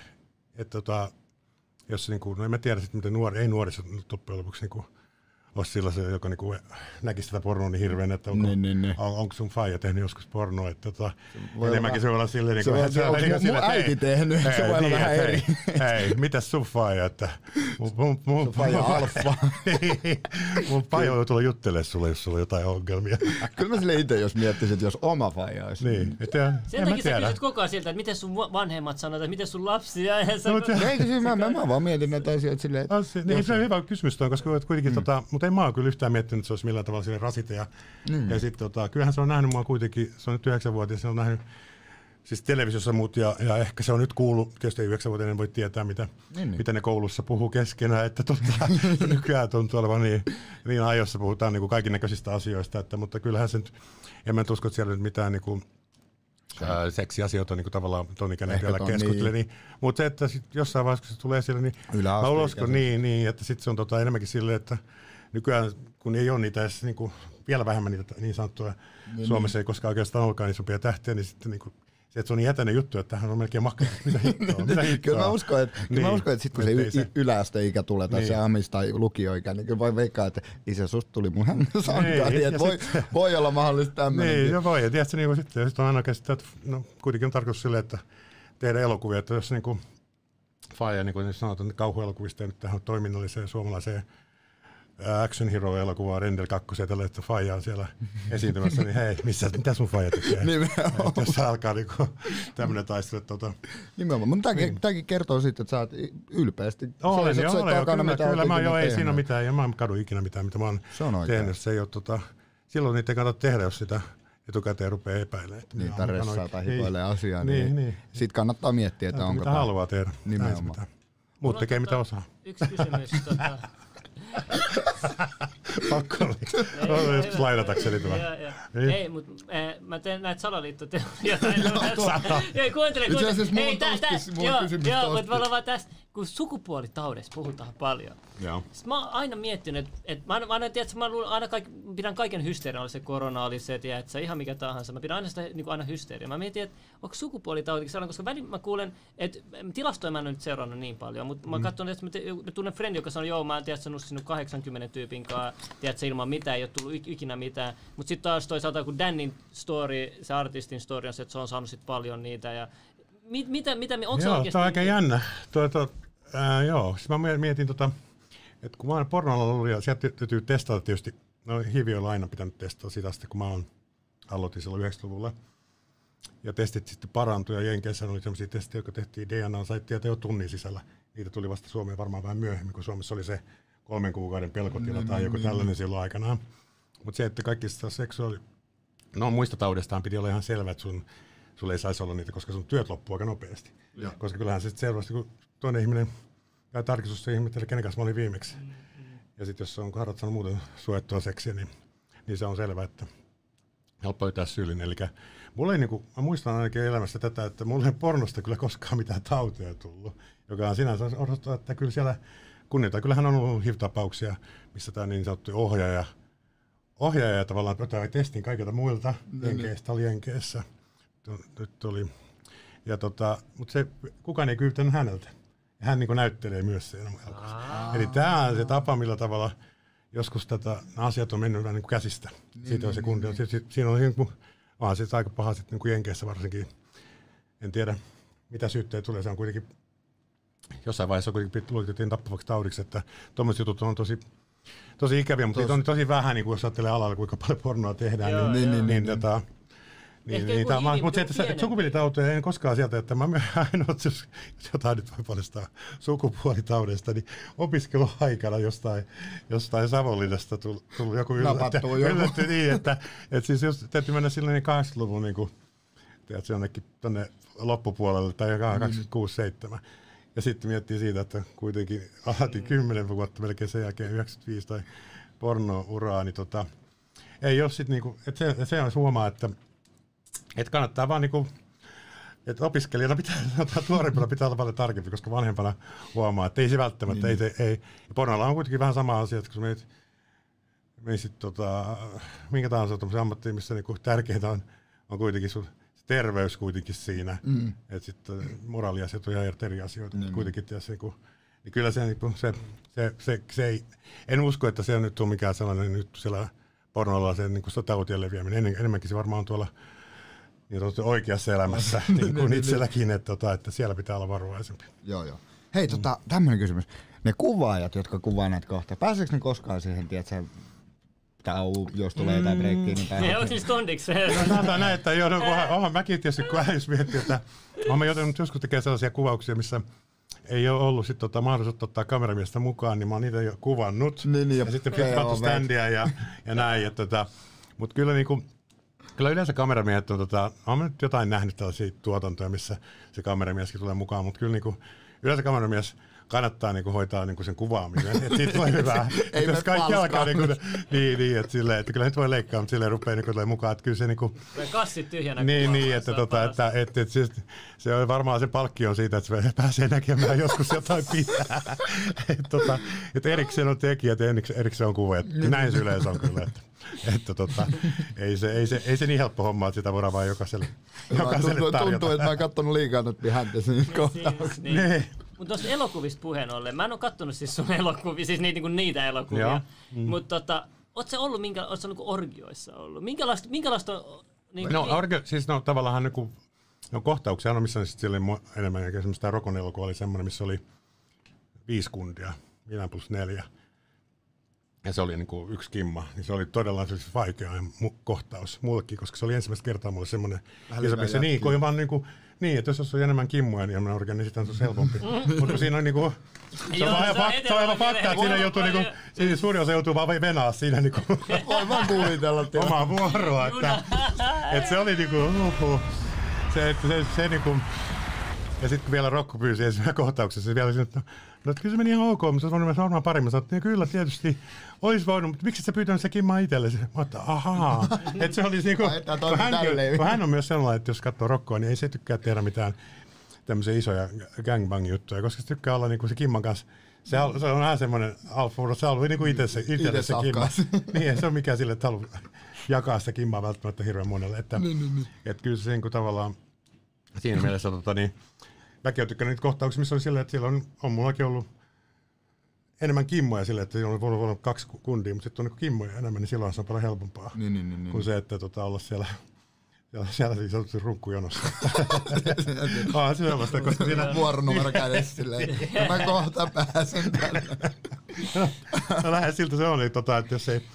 jos niinku, no en mä tiedä sitten miten ei nuoriso loppujen lopuksi niinku olisi sellainen, joka niinku näkisi sitä pornoa niin hirveän, että onko sun faija tehnyt joskus pornoa, että enemmänkin se voi olla silleen, niin onko mun äiti tehnyt, se voi olla vähän eri. Hei, mitäs sun faija, että mun faija Alfa. Mun faija voi tulla juttelemaan sulle, jos sulla on jotain ongelmia. Kyllä mä sille itse, jos miettisit, jos oma faija olisi. Niin, sen takia sä kysyt koko ajan siltä, että miten sun vanhemmat sanoo, että miten sun lapsi ja mä vaan mietin näitä asioita silleen. Niin, se on hyvä kysymys tuon, koska kuitenkin, mutta en mä ole kyllä yhtään miettinyt, että se olisi millään tavalla rasite. Ja sitten kyllähän se on nähnyt mua kuitenkin, se on nyt 9-vuotias, se on nähnyt siis televisiossa mut ja ehkä se on nyt kuullut, tietysti 9-vuotiainen voi tietää, mitä ne koulussa puhuu keskenään, että nykyään tuntuu olevan niin ajoissa puhutaan niin kaikin näköisistä asioista, mutta kyllähän se nyt, en mä usko, että siellä nyt mitään niin seksiasioita niin tavallaan ton ikäinen vielä keskustelee, niin, mutta se, että sit jossain vaiheessa kun se tulee siellä, niin mä uskon niin, että sitten se on enemmänkin silleen, että nykyään kun ei ole niitä edes niin vielä vähemmän niitä niin sanottuja, Suomessa ei koskaan oikeastaan olekaan niin isompia tähtiä, niin sitten niin se, että se on niin jätäinen juttu, että tämähän on melkein makea. Mitä hittoa? Kyllä mä uskon, että sitten kun se yläasteikä tulee tai se amis tai lukioikä, niin kyllä voi veikkaa, että isä susta tuli mun sankaati, että voi olla mahdollista tämmöinen. Niin, ja voi. Ja tiedätkö, niin sitten on aina käsittää, että kuitenkin on tarkoitus silleen, että tehdä elokuvia, että jos niin faija, niin kuin sanotaan, että kauhuelokuvista tehnyt tähän toiminnalliseen suomalaiseen Action Hero-elokuvaa Rendel 2, ja tällä, että faija on siellä esiintymässä, niin hei, mitä sun faija tekee? Nimenomaan. Jos alkaa niinku tämmöinen taistelu. Nimenomaan, mutta tämäkin kertoo sitten, että sä oot ylpeästi. Olen, kyllä mä joo, ei siinä ole mitään, ja mä en kadu ikinä mitään, mitä mä oon tehnyt. Se ei ole, silloin niitä ei kannata tehdä, jos sitä etukäteen rupeaa epäilemään. Niin, taressaa tai hikoilee asiaa, niin sitten kannattaa miettiä, että onko mitä haluaa tehdä. Nimenomaan. Muut tekee mitä osaa. Yksi kysymys. Pakko oli joskus lainatakseni tuolla. Ei, mutta mä teen näitä salaliittoteorioita. Kuuntele. Itse asiassa mulla on kysymys joo, mutta me ollaan vaan tästä, kun sukupuolitaudesta puhutaan paljon. Joo. Mä oon aina miettinyt, että mä pidän kaiken hysteerian, se korona oli se, tiedätkö, ihan mikä tahansa. Mä pidän aina sitä niin aina hysteeriaa. Mä mietin, että onko sukupuolitautikin sellainen, koska välillä mä kuulen, että tilastoja mä en ole nyt seurannut niin paljon, mutta mä katson, että mä tunnen friend, joka sanoo, joo, mä en tiedä, nussinut 80 tyypin kanssa, tiedätkö, ilman mitään, ei ole tullut ikinä mitään. Mutta sitten taas toisaalta, kun Dannin story, se artistin story on se, että se on saanut sit paljon niitä. Ja mitä onko se oikeasti? Joo, tämä on aika jännä. Joo, siis mä mietin, että kun mä oon pornolla ollut ja sieltä täytyy testata tietysti, no HIV on aina pitänyt testata sitä asti, kun mä aloitin silloin 90-luvulla. Ja testit sitten parantui ja Jenkeissä oli sellaisia testejä, jotka tehtiin DNA, sait tietää jo tunnin sisällä. Niitä tuli vasta Suomeen varmaan vähän myöhemmin, kun Suomessa oli se 3 kuukauden pelkotila tai joku tällainen silloin aikanaan. Mutta se, että kaikista muista taudestaan piti olla ihan selvä, että sulla ei saisi olla niitä, koska sun työt loppuu aika nopeasti. Ja. Koska kyllähän se selvästi, kun toinen ihminen käy tarkistus se ihmettelee, kenen kanssa mä olin viimeksi. Ja sitten jos on harrastanut muuten suojattua seksiä, niin se on selvä, että helppo löytää syyllinen. Eli mulla ei, mä muistan ainakin elämässä tätä, että mulla ei pornosta kyllä koskaan mitään tauteja tullut, joka on sinänsä odottaa, että kyllä siellä kunnioittaa. Kyllähän on ollut HIV-tapauksia, missä tämä niin sanottu ohjaaja tavallaan ottaa testin kaikilta muilta, oli Jenkeissä. Nyt oli. Ja mutta kukaan ei kyytänyt häneltä. Ja hän niin näyttelee myös siinä elokuvassa. Eli tämä on se tapa, millä tavalla joskus asiat on mennyt niin käsistä. Siitä on se kunnia. Siinä on siis aika paha sitten niin Jenkeissä varsinkin. En tiedä, mitä syytteitä tulee. Se on kuitenkin jossain vaiheessa luokitettiin tappavaksi taudiksi, että tuommoiset jutut on tosi ikäviä, mutta on tosi vähän, niin jos ajattelee alalla, kuinka paljon pornoa tehdään. Mutta se, että sukupuolitauteja en koskaan sieltä, että mä ainoa, jos jotain nyt voi paljastaa sukupuolitaudesta, niin opiskeluaikana jostain Savonlinnasta tullut joku yllätty niin, että siis jos täytyy mennä silloin 80-luvun niin kuin, tiedätkö, jonnekin tuonne loppupuolelle tai 26-7. Ja sitten miettii siitä, että kuitenkin aloitin 10 vuotta melkein sen jälkeen 95 tai porno-uraa, niin ei ole sitten niinku, että se on huomaa, että kannattaa vaan niinku että opiskelijana tuorempana pitää olla paljon tarkempi, koska vanhempana huomaa, että ei se välttämättä, ei. Ja pornolla on kuitenkin vähän sama asia, että kun menisit minkä tahansa ammattiin, missä niinku tärkeintä on kuitenkin sun terveys kuitenkin siinä, että sitten moraaliasiat on ihan eri asioita, mutta kuitenkin niin kyllä se ei, en usko, että se on nyt mikään sellainen nyt siellä pornolla se niin kuin tautien leviäminen, enemmänkin se varmaan on tuolla niin oikeassa elämässä niin kuin itselläkin, että siellä pitää olla varovaisempi. Joo. Hei, tämmöinen kysymys. Ne kuvaajat, jotka kuvaa näitä kohtaa, pääseekö ne koskaan siihen, tiedätkö, jos tulee jotain breikkiä, niin pääsee. Onko niistä tondikseen? No sanotaan näin, että mäkin tietysti kun äijys miettii, että olen joutunut joskus tekemään sellaisia kuvauksia, missä ei ole ollut sit mahdollisuutta ottaa kameramiestä mukaan, niin mä oon niitä jo kuvannut. Ja sitten katso standia ja näin. Mutta kyllä, niinku, kyllä yleensä kameramiehet on, olen nyt jotain nähnyt tällaisia tuotantoja, missä se kameramieskin tulee mukaan, mutta kyllä niinku, yleensä kameramies kannattaa niinku hoitaa niinku sen kuvaamisen, että siitä tulee hyvää. Ei jos kaikki alkaa niin, että silleen, että kyllä nyt voi leikkaa, mutta silleen rupeaa niinku tulee mukaan, että kyllä se niinku kassit tyhjänä. Niin, että se on varmaan se palkki on siitä, että se pääsee näkemään joskus jotain pitää. Että erikseen on tekijät ja erikseen on kuva. Näin se yleensä on kyllä. Ei se niin helppo homma, että sitä voidaan vaan jokaiselle tarjota. Tuntuu, että mä oon kattonut liikaa nyt behind kohtauksia. Niin. Mutta tuosta elokuvista puheen ollen, mä en ole kattonut siis sun elokuvia, siis niitä elokuvia, mutta oot sä ollut niinku orgioissa ollut? Minkälaista on? Tavallaan kohtauksia on, missä siellä enemmän, esimerkiksi tämä Rokon elokuva oli semmoinen, missä oli 5 kundia, 5+4. Ja se oli niinku yksi kimma, niin se oli todella vaikea kohtaus mullekin, koska se oli ensimmäistä kertaa mulle semmoinen iso niin, kun vaan niinku niin, että jos on enemmän kimmoja, niin enemmän orgia, niin sitten on se helpompi. Mutta siinä on niinku, se on aivan fakta, että siinä joutuu niinku, siinä suurin osa joutuu vaan venaa siinä niinku. Voi vaan kuvitella omaa vuoroa, että se oli niinku, se niinku, ja sitten kun vielä Rokko pyysi ensimmäisessä kohtauksessa, se vielä sanoi, että kyllä se meni ihan ok, mutta se on varmaan paremmin. Sanoin, että kyllä tietysti olisi voinut, mutta miksi sä pyytänyt se kimmaa itsellesi? Mä ajattelin, ahaa. Että se olisi niinku, kun hän on myös sellainen, että jos katsoo Rokkoa, niin ei se tykkää tehdä mitään tämmöisiä isoja gangbang-juttuja, koska se tykkää olla niinku se kimman kanssa. Se on vähän semmoinen alfa, se on niinku itselle se kimma. Niin, se on mikään sille, että haluaa jakaa sitä kimmaa välttämättä hirveän monelle. Että kyllä se niinku tavallaan siinä mielessä mäkin olen tykkännyt niitä kohtauksia, missä oli silleen, että siellä on mullakin ollut enemmän kimmoja silleen, että siellä on voinut olla 2 kundia, mutta sitten on kimmoja enemmän, niin silloin se on paljon helpompaa kuin se, että olla siellä siis on runkkujonossa. Se sellaista, koska siinä vuoronumero kädessä silleen, mä kohta pääsen tänne. No lähes siltä se on, että jos ei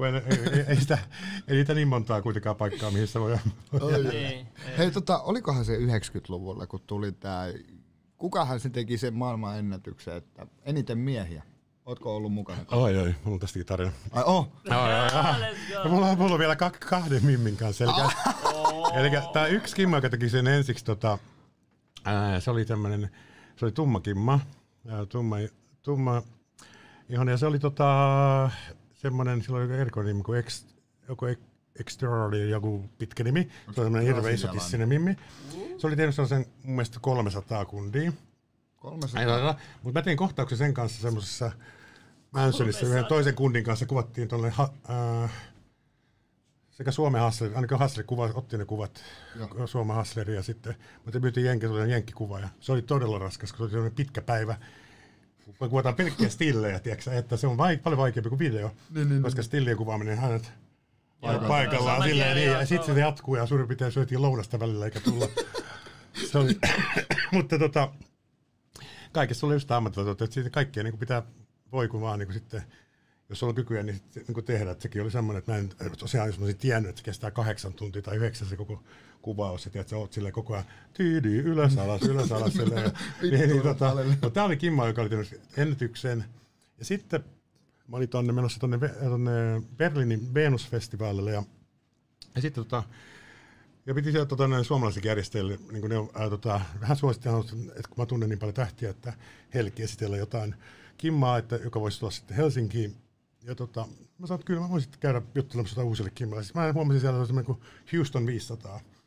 niitä niin montaa kuitenkaan paikkaa, mihin se voi Hei, olikohan se 90-luvulla, kun tuli tää, kukahan se teki sen maailman ennätyksen, että eniten miehiä? Ootko ollut mukana? Oi, mulla on tästäkin tarina. Ai Mulla on vielä 2 mimmin kanssa. Eli tää yksi kimma, joka teki sen ensiksi, se oli tämmönen, se oli tumma kimma, tumma ihon, ja se oli semmoinen, sillä oli erikoinen nimi kuin Extraordinary, joku pitkä nimi. Se oli semmoinen hirveän iso tissinen mimmi. Se oli tehnyt sellaisen mun mielestä 300 kundia. 300? Mutta mä tein kohtauksen sen kanssa semmoisessa Mansonissa yhden toisen kundin kanssa. Kuvattiin tuolle sekä Suomen Hustler, ainakin Hustler otti ne kuvat, Suomen Hustleria sitten. Mutta myytiin jenkkikuva ja se oli todella raskas, kun se oli sellainen pitkä päivä. Me kuvataan pelkkiä stillejä, tiiäksä, että se on paljon vaikeampi kuin video, koska stillien kuvaaminen hänet paikallaan silleen niin, ja sitten se jatkuu ja suurin piirtein syötiin lounasta välillä eikä tulla. Se oli, mutta kaikessa oli just ammattitaitoa, että siitä kaikkea niin pitää voi kun vaan niin sitten, jos on kykyjä, niin, niin tehdä. Että sekin oli semmoinen, että mä en tosiaan, jos mä olisin tiennyt, että se kestää 8 tuntia tai 9 se koko kuvaus, ja sä oot silleen koko ajan ylös alas silleen. Mutta tää oli Kimma, joka oli tehnyt ennätyksen. Ja sitten mä olin menossa tonne Berliinin Venus-festivaalille, ja sitten ja piti siellä suomalaisille järjestäjille, niin ne vähän suosittiin, että kun mä tunnen niin paljon tähtiä, että Helki esitellä jotain Kimmaa, joka voisi tulla sitten Helsinkiin. Ja mä sanoin, että kyllä mä voisin käydä juttelemassa uusille Kimmalle. Siis mä huomasin siellä semmoinen kuin Houston 500.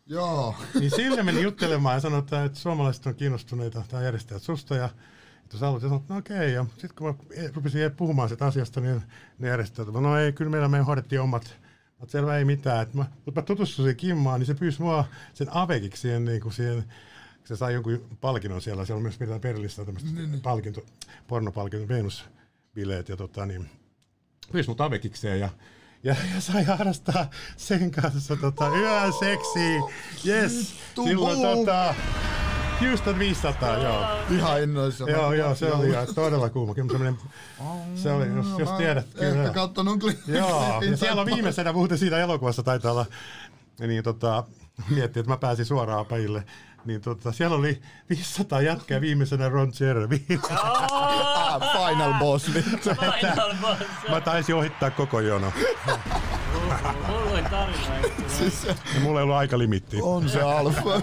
Joo. Niin sille meni juttelemaan ja sanoi, että suomalaiset on kiinnostuneita tai järjestäjät susta ja että sä haluat, ja sanoin, että no okei. Ja sitten kun mä rupesin puhumaan sitä asiasta, niin ne järjestäjät, no ei, kyllä me hoidettiin omat. Mutta selvä ei mitään. Mutta mä tutustuin siihen Kimmaan, niin se pyysi mua sen avekiksi siihen, niin kuin siihen, se sai jonkun palkinnon siellä. Siellä on myös mitään Berlissä tämmöistä palkinto, pornopalkinto, Venus-bileet. Ja niin, pyysi mut avekikseen ja sai harrastaa sen kanssa yön seksiä. Yes, silloin Houston 500, joo. Ihan innoissaan. Joo, se oli todella kuuma. Se oli, jos tiedät. Ehkä kattonut Joo, ja siellä on viimeisenä muuten siinä elokuvassa taitaa olla, niin miettii, että mä pääsin suoraan pajille. Niin siellä oli 500 jätkää viimeisenä Ron Jeremy. Final boss. Mä taisin ohittaa koko jono. Hulluin tarina. Ja mulla ei ollut aikalimiittiä. On se alfa.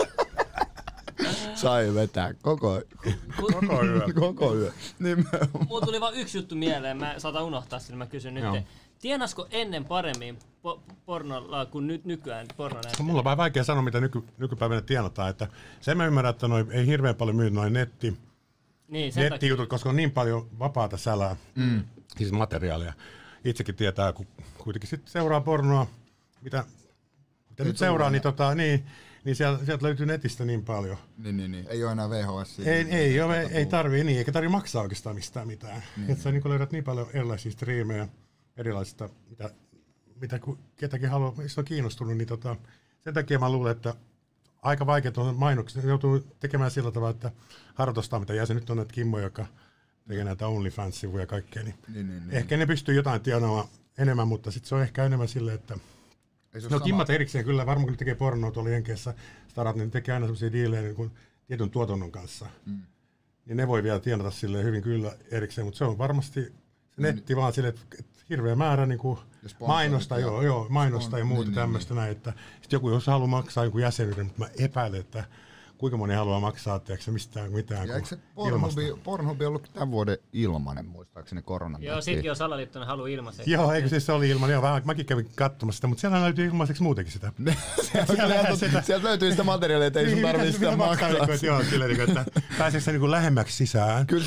Sai vetää koko yö. Koko yö. Mulla tuli vaan yksi juttu mieleen, mä saatan unohtaa sen, mä kysyn nyt. Tienasko ennen paremmin pornolla kuin nykyään pornonäyttelijä? Mulla on vähän vaikea sanoa, mitä nykypäivänä tienataan. Että sen mä ymmärrän, että ei hirveän paljon myy noin nettijutut, koska on niin paljon vapaata sälää, siis materiaalia. Itsekin tietää, kun kuitenkin sit seuraa pornoa, mitä nyt seuraa, niin sieltä löytyy netistä niin paljon. Niin. Ei ole enää VHS. Ei tarvii eikä tarvii maksaa oikeastaan mistään mitään. Että sä löydät niin paljon erilaisia striimejä, erilaisista, mitä ketäkin haluaa, jos on kiinnostunut, niin sen takia mä luulen, että aika vaikeat on mainoksia. Joutuu tekemään sillä tavalla, että harrastaa mitä jäsen. Nyt on näitä Kimmo, joka tekee näitä OnlyFans-sivuja ja kaikkea. Niin. Ehkä ne pystyy jotain tienaamaan enemmän, mutta sitten se on ehkä enemmän silleen, että Kimmat erikseen kyllä, varmaan kun tekee pornoa tuolla Jenkeissä, starat, niin tekee aina sellaisia diilejä niin tietyn tuotannon kanssa. Niin ne voi vielä tienata silleen hyvin kyllä erikseen, mutta se on varmasti se netti vaan silleen, että hirveä määrä niin kuin mainosta ja muuta tämmöistä näin. Että sit joku, jos haluaa maksaa jonkun jäsenyyden, mutta mä epäilen, että kuinka moni haluaa maksaa, teetkö mistään mitään. Ja eikö se Pornhub ollut tämän vuoden ilmanen, muistaakseni koronan? Joo, sitkin on salaliittona halu ilmaiseksi. Joo, eikö siis se oli ilmanen? Joo, mäkin kävin katsomassa sitä, mutta siellä löytyy ilmaiseksi muutenkin sitä. Sieltä löytyy sitä materiaalia, että ei sun tarvitse sitä maksaa. Joo, kyllä, että pääseekö se niin lähemmäksi sisään? Kyllä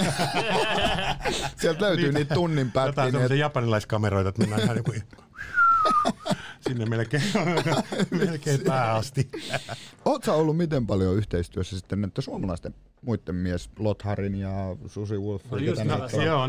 sieltä löytyy niitä tunnin pätkiä. Jotain sellaisia japanilaiskameroita, että mennään ihan joku sinne melkein pääasti. Ootko sä ollut miten paljon yhteistyössä sitten näiden suomalaisten muiden mies, Lotharin ja Susi Wolf? Joo,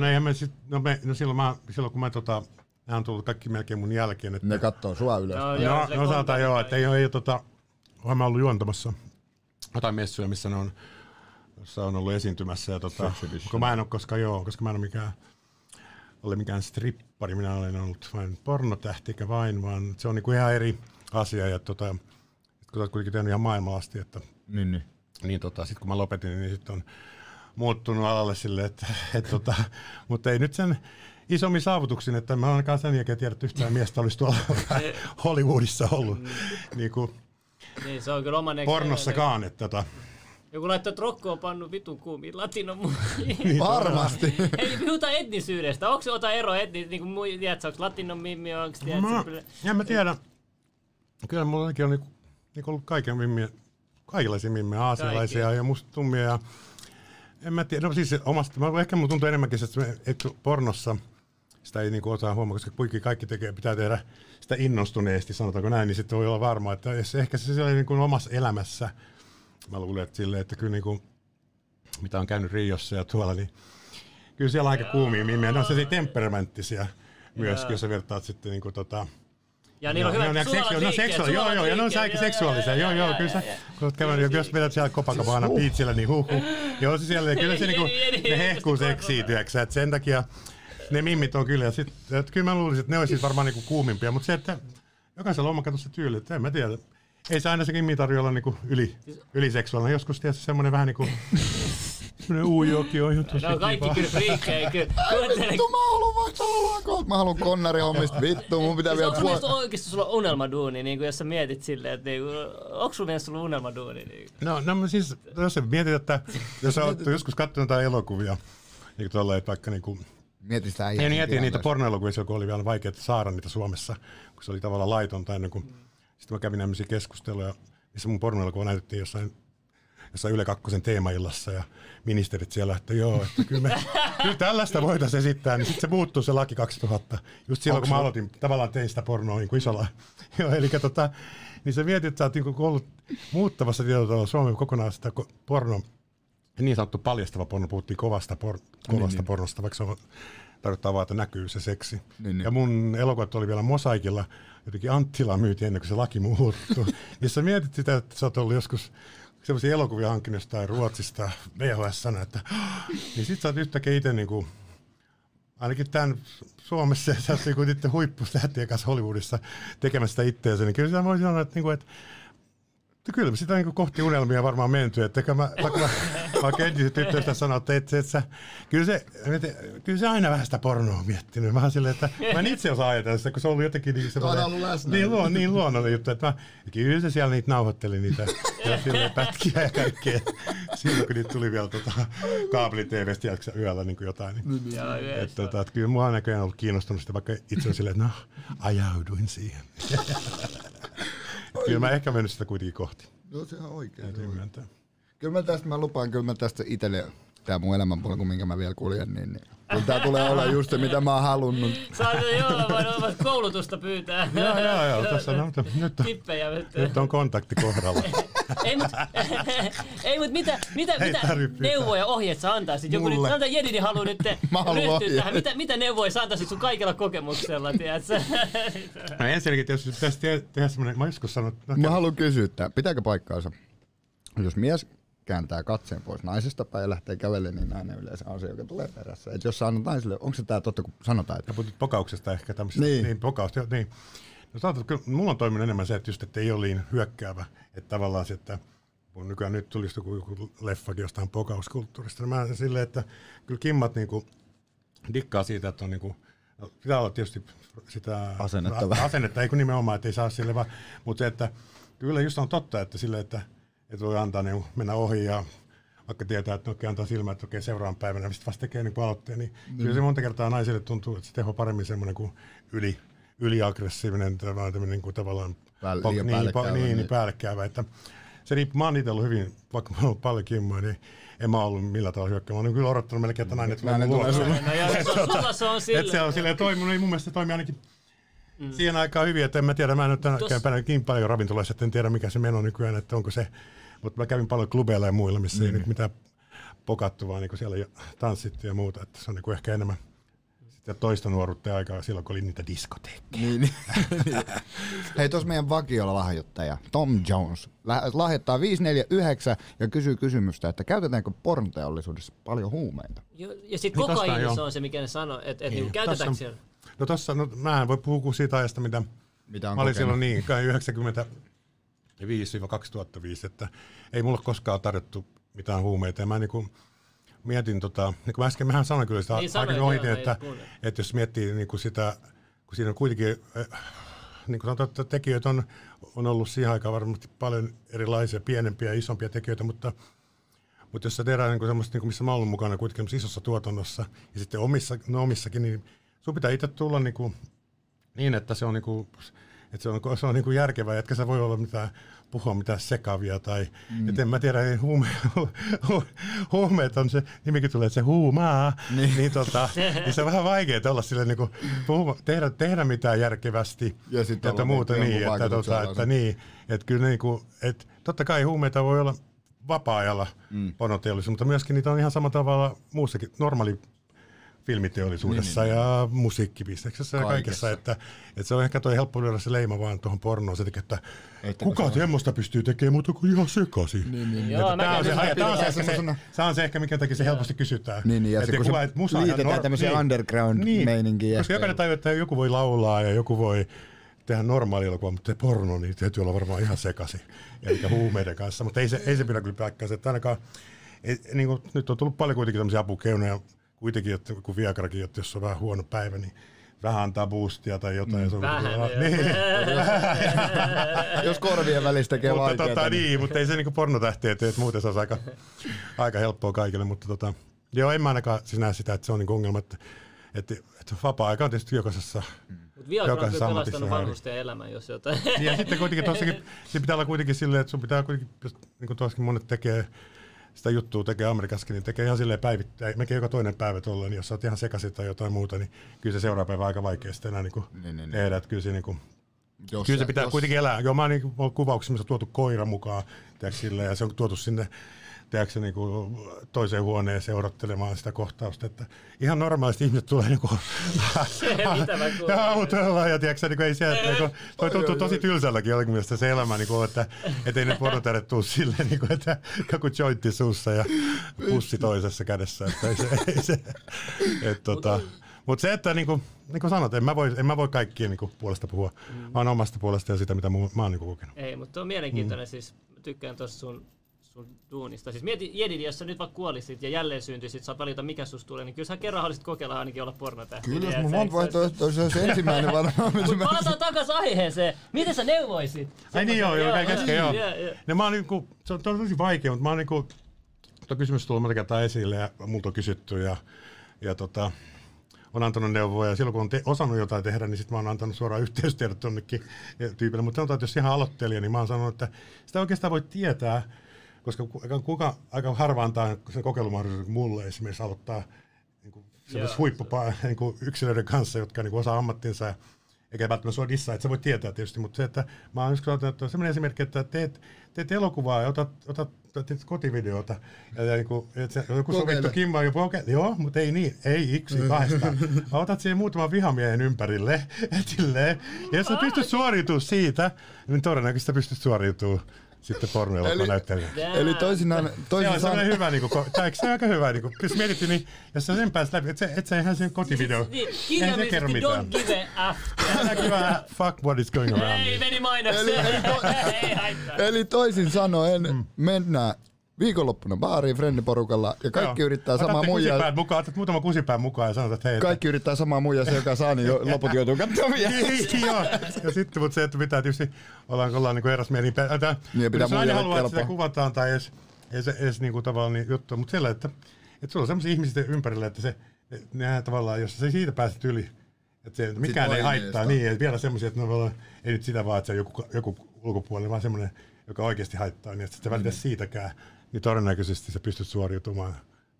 silloin kun nämä on tullut kaikki melkein mun jälkeen. Että ne kattoo sua ylös. No sanotaan joo, että ei olen ollut juontamassa jotain messuja, missä ne on, jossa on ollut esiintymässä. Ja kun mä en ole, koska mä en ole mikään strippari, minä olen ollut vain pornotähti, eikä vain, vaan se on niinku ihan eri asia. Ja kun olet kuitenkin tehnyt ihan maailmanlasti, että niin sitten kun mä lopetin, niin sitten on muuttunut alalle silleen, mutta ei nyt sen isommin saavutuksin, että mä ainakaan sen jälkeen tiedä, että yhtään miestä olisi tuolla Hollywoodissa ollut niin, se on kyllä oma pornossakaan. Joku laittaa, että Rokko on pannut vitun kuumiin latinon niin, varmasti. Ei puhuta etnisyydestä. Onko se ero niin kuin tiedätkö, onko latinon mimmi, onko en mä tiedä. Kyllä mulla on ollut kaikenlaisia mimmejä, aasialaisia ja mustummia. Ja en mä tiedä, no siis ehkä mulla tuntuu enemmänkin, että pornossa sitä ei niinku osaa huomaa, koska kaikki pitää tehdä sitä innostuneesti, sanotaanko näin, niin sitten voi olla varma, että ehkä se siellä niin kuin omassa elämässä. Mä luulen, että kyllä niinku, mitä on käynyt Riossa ja tuolla, niin kyllä siellä on aika kuumia mimmejä. Ne on sellaisia temperamenttisia myös, jos sä vertaat sitten niinku ja niillä on hyvät seksuaalisia. Joo, ja ne on aika seksuaalisia. Joo, kyllä sä, jos vedät siellä Copacabana Beachillä, niin Joo, se siellä, kyllä se niinku, ne hehkuu seksiityäksä, että sen takia ne mimmit on kyllä, ja kyllä mä luulisin, että ne olisi varmaan niinku kuumimpia, mutta se, että jokaisella on se tyyli, että en mä tiedä. Ei se aina se kimmi tarvitse olla niinku yliseksuaalinen. Joskus tietysti semmoinen vähän niinku semmoinen uujoki on tosi kiva. No kaikki kyllä friikkejä. Vittu, mä haluun konnarihommista. Vittu, mun pitää vielä puolella. Onko oikeasti sulla unelmaduuni, niin jos sä mietit silleen, että onko sulla mielestä sulla unelmaduuni? No siis, jos sä mietit, että jos sä oot joskus katsonut jotain elokuvia, niin tuolla, että vaikka niinku mietin niitä pornoelokuvia, kun oli vielä vaikeaa saada niitä Suomessa, kun se oli tavallaan laitonta ennen kuin Sitten mä kävin tämmöisiä keskusteluja, missä mun pornoelokuva näytettiin jossain Yle 2 teemaillassa ja ministerit siellä, että joo, että kyllä tällaista voitaisiin esittää, niin sitten se muuttuu se laki 2000. Just silloin, kun mä aloitin, tavallaan tein sitä pornoa niin kuin isolla. Joo, eli niin sä mietit, että sä oot niin ollut muuttavassa tietotalolla Suomen kokonaan sitä porno, niin sanottu paljastava porno, puhuttiin kovasta pornosta, vaikka se on tarkoittaa vaan, että näkyy se seksi. Niin. Ja mun elokuvat oli vielä mosaikilla, jotenkin Anttila myytiin ennen kuin se laki muuttui. Ja sä mietit sitä, että sä oot ollut joskus sellaisia elokuvia hankkinut jostain Ruotsista VHS-sana, että niin sit sä oot yhtäkkiä itse niinku, ainakin tämän Suomessa sä oot niinku itse huippustähtien kanssa Hollywoodissa tekemässä sitä itteensä, niin kyllä sä voisin sanoa, että kyllä me sitä niin kohti unelmia varmaan menty, että mä entiset tyttöistä sanoa, että kyllä se aina vähän sitä pornoa on miettinyt. Mä silleen, että mä en itse osaa ajatella sitä, kun se on ollut jotenkin niin luonnollinen juttu, että kyllä se siellä niitä nauhoitteli niitä pätkiä ja kaikkea. Silloin kun niitä tuli vielä kaapeli-tv:stä yöllä niin kuin jotain. Että kyllä mua on näköjään ollut kiinnostunut sitä, vaikka itse on silleen, että ajauduin siihen. Kyllä mä ehkä mennyt sitä kuitenkin kohti. No se on oikein. Kyllä mä lupaan tästä itselle, tää mun elämänpolku, minkä mä vielä kuljen, niin kyllä tää tulee olla just se, mitä mä oon halunnut. Saat jollain koulutusta pyytää. Joo, tässä nyt on kontakti kohdalla. Ei, mutta mitä neuvoja ja ohjeet sä antaisit? Joku nyt, sanotaan Jedidi haluaa nyt ryhtyä tähän. Mitä neuvoja sä antaisit sun kaikella kokemuksella, tiedätkö? No ensinnäkin, jos pitäisi tehdä semmoinen, mä joskus sanonut. Mä haluan kysyä, pitääkö paikkaansa, jos mies kääntää katseen pois naisesta päin ja lähtee kävelemään, niin nainen yleensä on se, joka tulee perässä. Et jos sanot naisille, onko se tää totta, kun sanotaan, että... Puhutut pokauksesta ehkä tämmöisestä. Niin pokausta, niin. No kyllä mulla on toiminut enemmän se, että just, että ei ole niin hyökkäävä. Että tavallaan se, että kun nykyään nyt tulisi joku leffakin jostain pokauskulttuurista, niin mä silleen, että kyllä kimmat niinku dikkaa siitä, että on niinku, no, pitää olla tietysti sitä asennetta, ei kun nimenomaan, että ei saa sille vaan, mutta se, että kyllä just on totta, että sille, että voi antaa niinku mennä ohi ja vaikka tietää, että okei, antaa silmää, että okei, seuraavan päivänä, mistä vasta tekee niinku aloitteen, niin kyllä se monta kertaa naisille tuntuu, että se teho paremmin semmoinen kuin yliaggressiivinen, niin kuin tavallaan päällekkäivä. Että se riippuu, mä oon itse ollut hyvin, vaikka mä oon ollut paljon kimmoja, niin en mä ollut millään tavalla hyökkäämään. Mä oon kyllä odottanut melkein, että nainen tulee mulle. Se on sillä. Että se on silleen toiminut, niin mun mielestä se toimii ainakin siihen aikaan hyvin, että en mä tiedä, mä en ole tänäkään päivänä niin paljon ravintoloissa, että en tiedä mikä se meno nykyään, että onko se, mutta mä kävin paljon klubeilla ja muilla, missä ei nyt mitään pokattu, vaan niin siellä tanssittiin ja muuta, että se on niin ehkä enemmän toista nuoruutta aikaa silloin, kun oli niitä diskoteekkeja. Niin. Hei, tuossa meidän vakiolla lahjoittaja Tom Jones lahjoittaa 549 ja kysyy kysymystä, että käytetäänkö pornoteollisuudessa paljon huumeita? Ja sitten kokaiini on se, mikä ne sanoo, että niin, käytetäänkö siellä? No tossa, mä en voi puhua siitä ajasta, mitä mä olin silloin niin, 95-2005, että ei mulle koskaan tarjottu mitään huumeita. Ja mä niinku mietin, niin kuin äsken mehän sanoin kyllä sitä aikin ohitin, että jos miettii niin kuin sitä, kun siinä on kuitenkin, niin kuin sanotaan, että tekijöitä on ollut siihen aikaan varmasti paljon erilaisia, pienempiä ja isompia tekijöitä, mutta jos sä tehdään niin kuin semmoista, niin kuin missä mä oon ollut mukana kuitenkin isossa tuotannossa ja sitten omissakin, niin sun pitää itse tulla niin että se on niin kuin, että se on niin kuin järkevää, etkä sä voi olla puhua mitään sekavia tai, et en mä tiedä, huumeet on se, nimikin tulee, että se huumaa, niin se on vähän vaikea olla sille niin kuin tehdä mitään järkevästi ja että muuta että kyllä niin kuin, että totta kai huumeita voi olla vapaa-ajalla pornoteollisuudessa, mutta myöskin niitä on ihan samalla tavalla muussakin normaali filmiteollisuudessa ja musiikkibisneksessä ja kaikessa, että se on ehkä toi helppo lyödä se leima vaan tuohon pornoon, se tekee, että kuka semmoista pystyy tekemään muuta kuin ihan sekaisin. Tämä on se ehkä, mikä takia se helposti kysytään. Ja se kun se liitetään tämmöiseen underground-meininkiin. Koska jokainen tajuu, että joku voi laulaa ja joku voi tehdä normaali elokuva, mutta se porno, niin täytyy olla varmaan ihan sekaisin. Eikä huumeiden kanssa, mutta ei se pidä kyllä paikkaansa. Että ainakaan, niin kuin, nyt on tullut paljon kuitenkin tämmöisiä apukeunoja, kuitenkin, että kun Viagrakin, että jos on vähän huono päivä, niin vähän antaa boostia tai jotain. Jos korvien välistä tekee vaikeaa. Mutta ei se niin pornotähtiä tee, että muuten se olisi aika helppoa kaikille. Mutta joo, en mä ainakaan näe sitä, että se on niin ongelma. Että että vapaa-aika on tietysti jokaisessa Viagra on kyllä pelastanut ammatissa. vanhusten elämän, jos jotain. Ja sitten kuitenkin tossakin, se pitää olla kuitenkin silleen, että sun pitää kuitenkin, niin kuin tuossakin monet tekee, sitä juttua tekee Amerikassakin, niin tekee ihan silleen päivittäin, melkein joka toinen päivä tolleen, niin jos sä oot ihan sekaisin tai jotain muuta, niin kyllä se seuraava päivä aika vaikea sitten enää niin tehdä, että kyllä se niinku, kyllä se pitää kuitenkin elää. Joo, mä oon niin kuvauksissa, missä on tuotu koira mukaan, silleen, ja se on tuotu sinne niinku toiseen huoneeseen odottelemaan sitä kohtausta, että ihan normaalisti ihmiset tulee niinku autoilla ja tiedätkö, niinku ei siellä, niinku, toi tuntuu tosi tylsälläkin jollakin mielestä se elämä, niinku, että ei ne pornotähdet tuu silleen, niinku, että joku jointti suussa ja pussi toisessa kädessä, että ei se mutta se, että niin kuin sanot, en mä voi kaikkien niin puolesta puhua, vaan omasta puolesta ja sitä, mitä mä oon niin kokenut. Ei, mutta on mielenkiintoinen, siis tykkään tuossa sun duunista. Siis mieti, Jedidi, jos sä nyt vaikka kuolisit ja jälleen syntyisit, saat valita mikä susta tulee, niin kyllä sä kerran haluaisit kokeilla ainakin olla pornotähti. Kyllä, jos mun monta vaihtoehtoa, se olisi ensimmäinen varmaan. Mutta palataan takaisin aiheeseen. Miten sä neuvoisit? Ai niin joo, käsken joo. No, mä oon niinku, se on tosi vaikea, mutta mä oon niinku, tuo kysymys tullut monta kertaa esille ja multa on kysytty ja on antanut neuvoja ja silloin kun on osannut jotain tehdä, niin sitten mä oon antanut suoraan yhteystiedot jonnekin tyypille. Mutta sanotaan, että jos ihan aloittelija, niin mä oon sanonut, että sitä oikeastaan voi tietää, koska aika harva antaa sen kokeilumahdollisuuden mulle esimerkiksi aloittaa niin niin yksilöiden kanssa, jotka niin osaa ammattinsa eikä välttämättä sua dissaa, että sä voi tietää tietysti, mutta se, että mä oon joskus ajatellut, että on sellainen esimerkki, että teet elokuvaa ja otat kotivideota ja joku sovittu kimma joo, mutta ei niin, ei yksi kahdestaan. Otat siihen muutaman vihamiehen ympärille, etilleen, ja jos sä pystyt suoriutumaan siitä, niin todennäköisesti sä pystyt suoriutumaan sitten pornoelokuvan näyttelijä. Eli toisinaan se on sellainen hyvä, se on aika hyvä, jos mietittiin, niin jos sä sen pääsit läpi, et sä ihan sen kotivideo, eihän se kerro mitään. Don't give a F. Älä kiva, fuck what is going around. Ei, meni mainokseen. Eli toisin sanoen mennään viikonloppuna baariin friendiporukalla ja kaikki yrittää samaa muijaa. Otat muutama kusipään mukaan ja sanot, että hei. Kaikki yrittää samaa muijaa, se joka saa, niin loput joutuu katsomaan Joo, ja sitten mutta se, että pitää tietysti ollaan niin eräsmielin. Niin pitää muijalle haluaa, että sitä kuvataan tai edes niin kuin tavallaan niin juttu, mutta siellä, että sulla on sellaisia ihmisiä ympärillä, että ne tavallaan, jos sä siitä pääset yli, että se, mikään ei haittaa, niin, että vielä semmoisia, että ei nyt sitä vaan, että se on joku ulkopuolinen, vaan semmoinen, joka oikeasti haittaa, niin että sä välitä siitäkään, niin todennäköisesti sä pystyt suoriutumaan.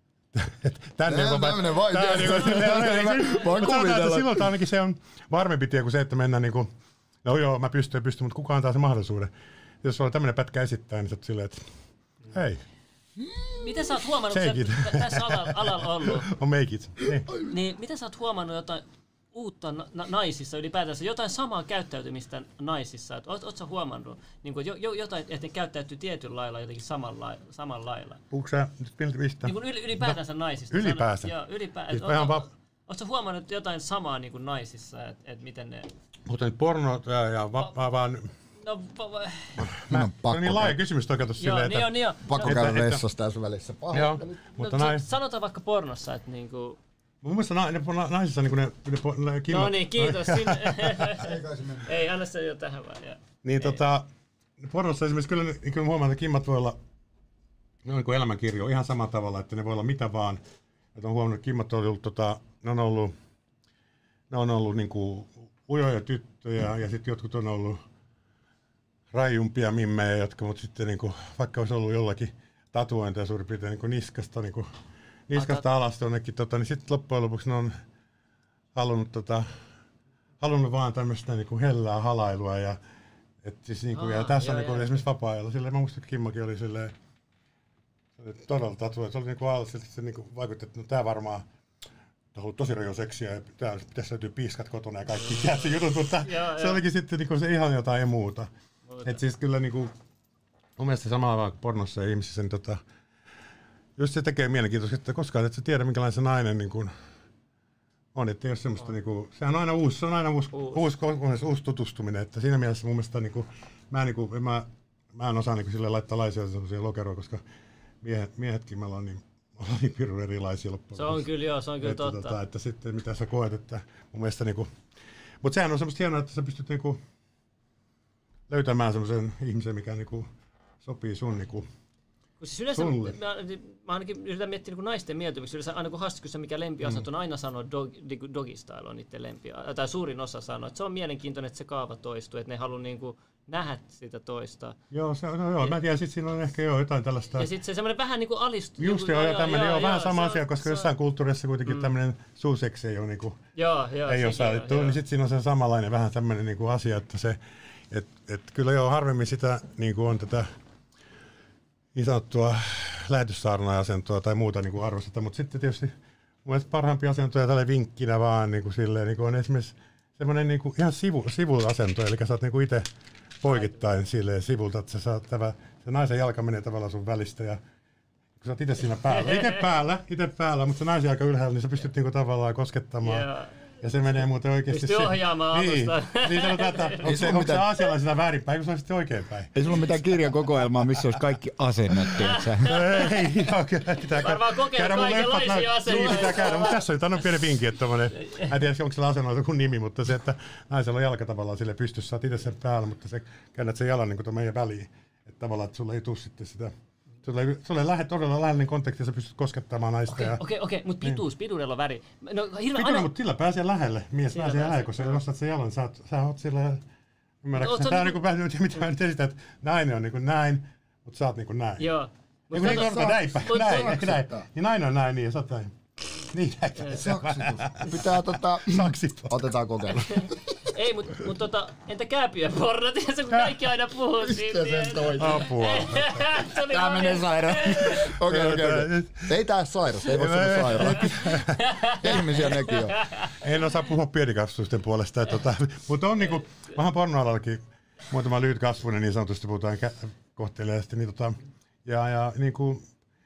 Tämmöinen vaikea. Silloin ainakin se on varmempi tie kuin se, että mennään niin kuin, no joo, mä pystyn, mutta kuka antaa sen mahdollisuuden. Jos sulla on tämmöinen pätkä esittää, niin sä oot silleen, että hei. Miten sä oot huomannut, kun sä tässä alalla ollut? On make it. Niin, miten sä oot huomannut jotain uutta naisissa ylipäätänsä, jotain samaa käyttäytymistä naisissa? Oot sä huomannut niin kuin jotain, että ne käyttäytyy tietyllä lailla jotenkin samalla lailla? Puhuuko sä nyt mistä? Niin ylipäätänsä naisista. Ylipäänsä? Joo, ylipäätänsä. Ootko sä huomannut jotain samaa niin kuin naisissa, että miten ne... Mutta nyt porno ja vaan... No, on niin laaja kysymys toki tuossa silleen, että... Niin pakko käydä vessassa tässä välissä. Joo, mutta sanotaan vaikka pornossa, että niinku... Mun mielestä naisissa niinku ne kimmat... No niin, kiitos. Ei, anna se jo tähän vaan. Niin pornossa esimerkiksi kyllä huomaan, että kimmat voi olla... Ne on niin kuin elämänkirjo ihan samalla tavalla, että ne voi olla mitä vaan. Että on huomannut, että kimmat on ollut, ne on ollut niinku ujoja tyttöjä ja sitten jotkut on ollut raijumpia mimmejä, jotka mutta sitten niinku, vaikka olisi ollut jollakin tatuointeja suurin piirtein niinku niskasta alas jonnekin, niin sitten loppujen lopuksi ne on halunnut vaan tämmöistä niinku hellää halailua ja siis niinku ja tässä on niinku esimerkiksi vapaa-ajalla silleen, mä muistan, että Kimmokin oli silleen todella tatuointi, se oli niinku alla siltä, se niinku vaikutti, että no tää varmaan on ollut tosi raju seksiä ja pitäisi löytyä piiskat kotona ja kaikki se jutut, mutta se olikin sitten niinku se ihan jotain muuta. Et siis kyllä niinku mun mielestä samalla vaan pornossa ja ihmisissä niin just se tekee mielenkiintoista, että koskaan et sä tiedä minkälainen se nainen niinku on, että ei ole semmoista niinku, sehän on aina uusi tutustuminen, että siinä mielessä mun mielestä niinku mä en osaa niinku sille laittaa laisia semmoisia lokeroja, koska miehetkin me ollaan niin pirun erilaisia loppujen. Se on kyllä totta. Että sitten mitä sä koet, että mun mielestä niinku, mutta sehän on semmoista hienoa, että sä pystyt niinku löytämään semmoisen ihmisen, mikä niinku sopii sun niinku Siis yleensä, mä ainakin yritän miettiä niin naisten mieltymyksiä. Yleensä aina kun haastattelussa mikä lempiasento on aina sanoo doggy style on niiden lempiä. Tai suurin osa sanoo, että se on mielenkiintoinen, että se kaava toistuu, että ne haluaa niin kuin nähdä sitä toista. Joo, joo. Mä tiedän, sit siinä on ehkä jotain tällaista. Ja sitten se semmoinen vähän niin kuin alistuu. Just vähän sama asia, koska jossain kulttuurissa kuitenkin tämmöinen suuseksi ei ole niinku, ei ole sallittu, niin sitten siinä on se samanlainen vähän tämmöinen niinku asia, että se, että kyllä joo, harvemmin sitä niinku on tätä niin sanottua lähetyssaarnaajasentoa tai muuta niinku arvostetta, mutta sitten tietysti mun mielestä parhaimpia asentoja tälle vinkkinä vaan niinku silleen, niinku on esimerkiksi semmoinen niinku ihan sivuasento, eli sä oot niinku itse poikittain silleen sivulta, että sä saat se naisen jalka menee tavallaan sun välistä ja kun sä oot itse siinä itse päällä, mutta se naisen jalka ylhäällä, niin sä pystyt niinku tavallaan koskettamaan. Yeah. Ja se menee muuten oikeasti. Pystyy ohjaamaan alusta. Niin sanotaan, että onko se asialaisena väärinpäin, kun se on sitten oikeinpäin. Ei sulla ole mitään kirjakokoelmaa, missä olisi kaikki asennot, tiedätkö? Ei, pitää varmaan kokeilla kaikenlaisia asentoja. Niin, pitää käydä, mutta tässä on pieni vinkki, että tommoinen, en tiedä, onko sillä asennoilla joku nimi, mutta se, että naisella on jalka tavallaan sille pystyssä, sä oot itse sen päällä, mutta se käännät sen jalan niin kuin meidän väliin. Että tavallaan, että sulla ei tule sitten sitä. Sulle ei lähde todella läheinen kontakti, ja sä pystyt koskettamaan naista. Okei, mutta pituudella on väri. No, pituudella, mutta sillä pääsee lähelle. Mies pääsee lähelle, kun sä nostat sen jalan, sä oot sillä. Ymmärrätkö? Tää on niinku vähän, mitä mä nyt esitän, että nainen on niinku näin, mutta sä oot niinku näin. Joo. Niin näinpä, näin. Niin nainen on näin, niin ja sä oot näin. Niin näin. Saksitus. Pitää otetaan kokeilla. Ei, mutta entä kääpiöporno? Tiedätkö, kun kaikki aina puhuu siitä? Apua. Tää menee sairaan. Okei. Se ei tää sairas, ei voi sanoa sairaan. Ihmisiä nekin on. En osaa puhua pienikasvuisten puolesta. Mutta on niinku, vähän pornoalallakin muutama lyhytkasvuinen niin sanotusti puhutaan kohteliaasti. Niin ja niinku,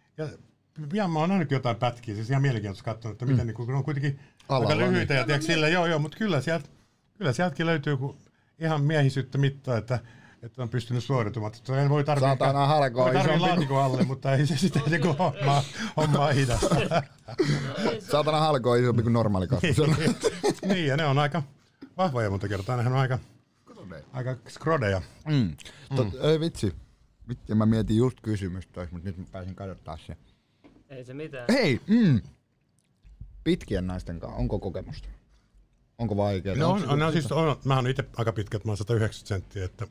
ja mä oon ainakin jotain pätkiä, siis ihan mielenkiintoista katsonut, että miten niinku, on kuitenkin aika lyhyitä ja tiedätkö sillä, joo, mutta kyllä sieltäkin löytyy ihan miehisyyttä mittaa, että on pystynyt suoritumaan. En voi tarvitse laatikon alle, mutta ei se sitä niinku hommaa hidasta. Saatana halko on isompi kuin normaali kasvu. Niin, ja ne on aika vahvoja monta kertaa. Nehän on aika skrodeja. Ei vitsi, mä mietin just kysymystä, mutta nyt mä pääsin katsottaa se. Ei se mitään. Hei, pitkien naisten kanssa, onko kokemusta? Onko vaikeaa? No siis mä oon itse aika pitkä, että mä oon 190 senttiä, että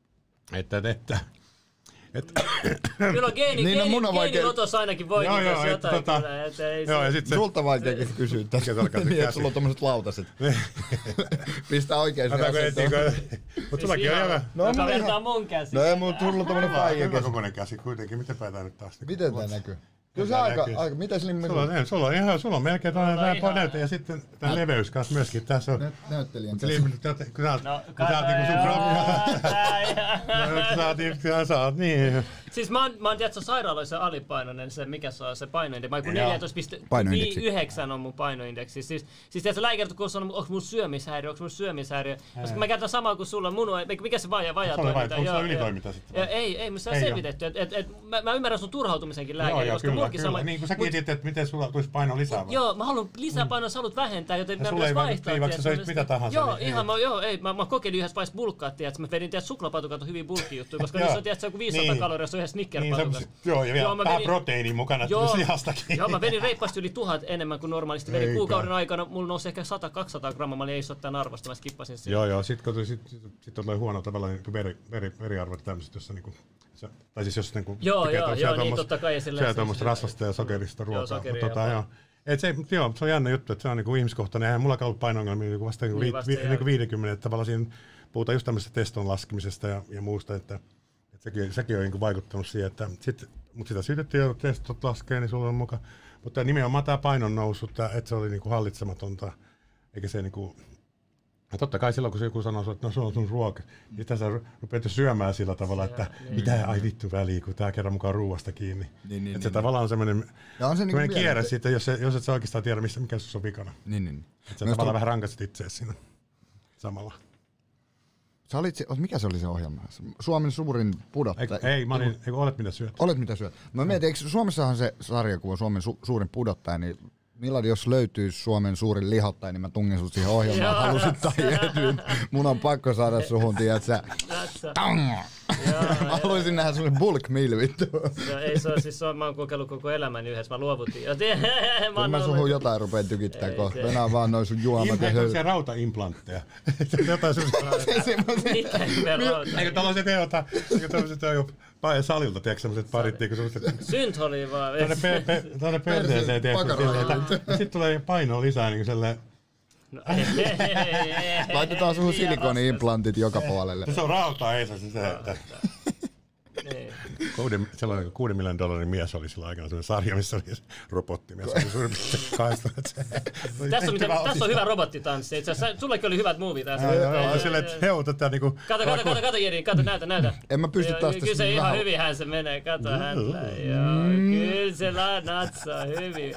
Kyllä on geenilotos ainakin voi jos jotain. Joo, ja sitten sulta vaikeakin kysyä tässä. Niin, että sulla on tommoset lautaset. Pistää oikein sen asentoon. Mutta sullakin on jävä. No vertaa mun käsi. No ei, mutta sulla on tommonen faija käsi. Kokoinen käsi kuitenkin. Miten päin tää nyt taas? Miten tää näkyy? Kyllä se aika, miten slimmi sulla on melkein tällainen näyte ja sitten tämän leveys kanssa myöskin. Tässä on näyttelijän käsi. Kun sä oot niinku sun kroppia. Sä oot niin. Siis mä oon tiedätkö sairaaloissa alipainoinen, se mikä se on se painoindeksi. Mä oon 14,9 on mun painoindeksi. Siis tiedätkö lääkärit kun on, onko mun syömishäiriö. Koska mä käytän samaa kuin sulla. Mikä se vajatoiminta? Onko sulla ylitoiminta sitten? Ei, mutta se on selvitetty. Mä ymmärrän sun turhautumisenkin lääkäriä, koska mullakin sama. Niin kuin sä kietit, että miten sulla tulisi paino lisää vai? Joo, mä haluan lisää painoa, sä haluat vähentää, joten mä pitäisi vaihtaa. Ei vaikka sä söit mitä tahansa. Joo, ihan mä kokeilin yhdessä vaiheessa bulkkaa, että mä vedin suklaapatukat on hyvin bulkkijuttuja, koska niissä on tiedätkö joku 500 kaloria, se on yhdessä Snicker-patukat. Joo, ja vielä vähän proteiinia mukana lihastakin. Joo, mä vedin reippaasti yli 1000 enemmän kuin normaalisti. Vedin kuukauden aikana, mulla nousi ehkä 100-200 grammaa, mä olin ei ole tämän arvosta, mä skippasin sen. Joo, sit on huono tavallaan veriarvot tämmöiset, jossa niinku tai siis jos niinku niin totta kai syö tuommoista rasvasta ja sokerista ruokaa. Se on jännä juttu, että se on niinku ihmiskohtainen. Eihän mullakaan ollut paino-ongelmia niinku vasta 50, että tavallaan siinä puhutaan just tämmöisestä teston laskemisesta ja muusta, että sekin on niinku vaikuttanut siihen, että mutta sitä syytettiin jo testot laskee, niin sulla on mukaan. Mutta nimenomaan tämä painon nousu, että se oli niinku hallitsematonta, eikä se niinku. Ja totta kai silloin, kun joku sanoo, että no se on sun ruoka, niin sitä sä rupeat jo syömään sillä tavalla, että mitä ai vittu väliä, kun tää kerran mukaan ruuasta kiinni. Että se tavallaan on semmoinen kierre siitä, jos et sä oikeastaan tiedä, mikä sussa on vikana. Että sä tavallaan vähän rankasit itseäsi siinä samalla. Sä olit mikä se oli se ohjelma? Suomen suurin pudottaja. Olet mitä syöt. Olet mitä syöt. Mä mietin, eikö Suomessahan se sarjakuva Suomen suurin pudottaja, niin milloin jos löytyy Suomen suurin lihottaja, niin mä tungen sut siihen ohjelmaan, halusit tai jätyin. Mun on pakko saada suhun, tiedät sä. Mä haluaisin nähdä semmonen bulk meal vittu. Ei se on siis, mä oon kokeillut koko elämäni yhdessä, mä luovutin. Kyllä mä suhun jotain rupeen tykittää kohta. Venää vaan noin sun juomat. Sellaisia rautaimplantteja. Jotain semmoisia. Mikä hyvä rauta? Eikö tällaiset on jo salilta, tiedätkö semmoiset parit, niinku semmoiset... Syntholi vaan. Tuonne perseeseen, tiedätkö? Sitten tulee painoa lisää niinku selleen... No, Laitetaan suhun silikoni-implantit joka puolelle. Se on rautaa, ei se sitä, että... Sellainen 6 miljoonan mies oli sillä aikana sellainen sarja, missä oli robottimies. Tässä on hyvä robottitanssi. Itse asiassa sullekin oli hyvät movie tässä. Joo, silleen, että heutetaan niinku... Kato Jedi, näytä. En mä pysty taas kyllä se ihan hyvinhän se menee, kato häntä. Kyllä se natsaa hyvin.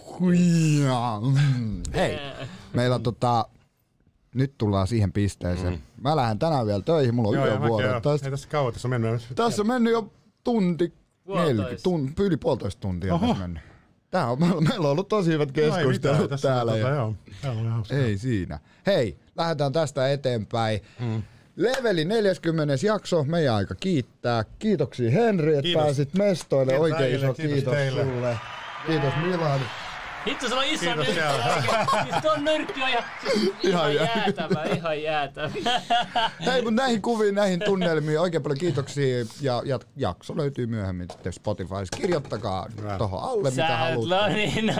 Hei, meillä nyt tullaan siihen pisteeseen. Mä lähden tänään vielä töihin, mulla on yövuoro. Ei tässä kauan, tässä on mennyt. Tässä on mennyt jo tunti, yli 1,5 tuntia tässä mennyt. Meillä on ollut tosi hyvät keskustelut täällä. Ei siinä. Hei, lähdetään tästä eteenpäin. Leveli 40. jakso, meidän aika kiittää. Kiitoksia Henri, että pääsit mestoille. Oikein iso kiitos sulle. Kiitos Milan. Itse sulla on iso nyrkki. Siis tuon nyrkki on ihan jäätävä. Hei, mutta näihin kuviin, näihin tunnelmiin oikein paljon kiitoksia. Ja jakso löytyy myöhemmin sitten Spotifyssa. Kirjoittakaa tohon alle, mitä haluatte.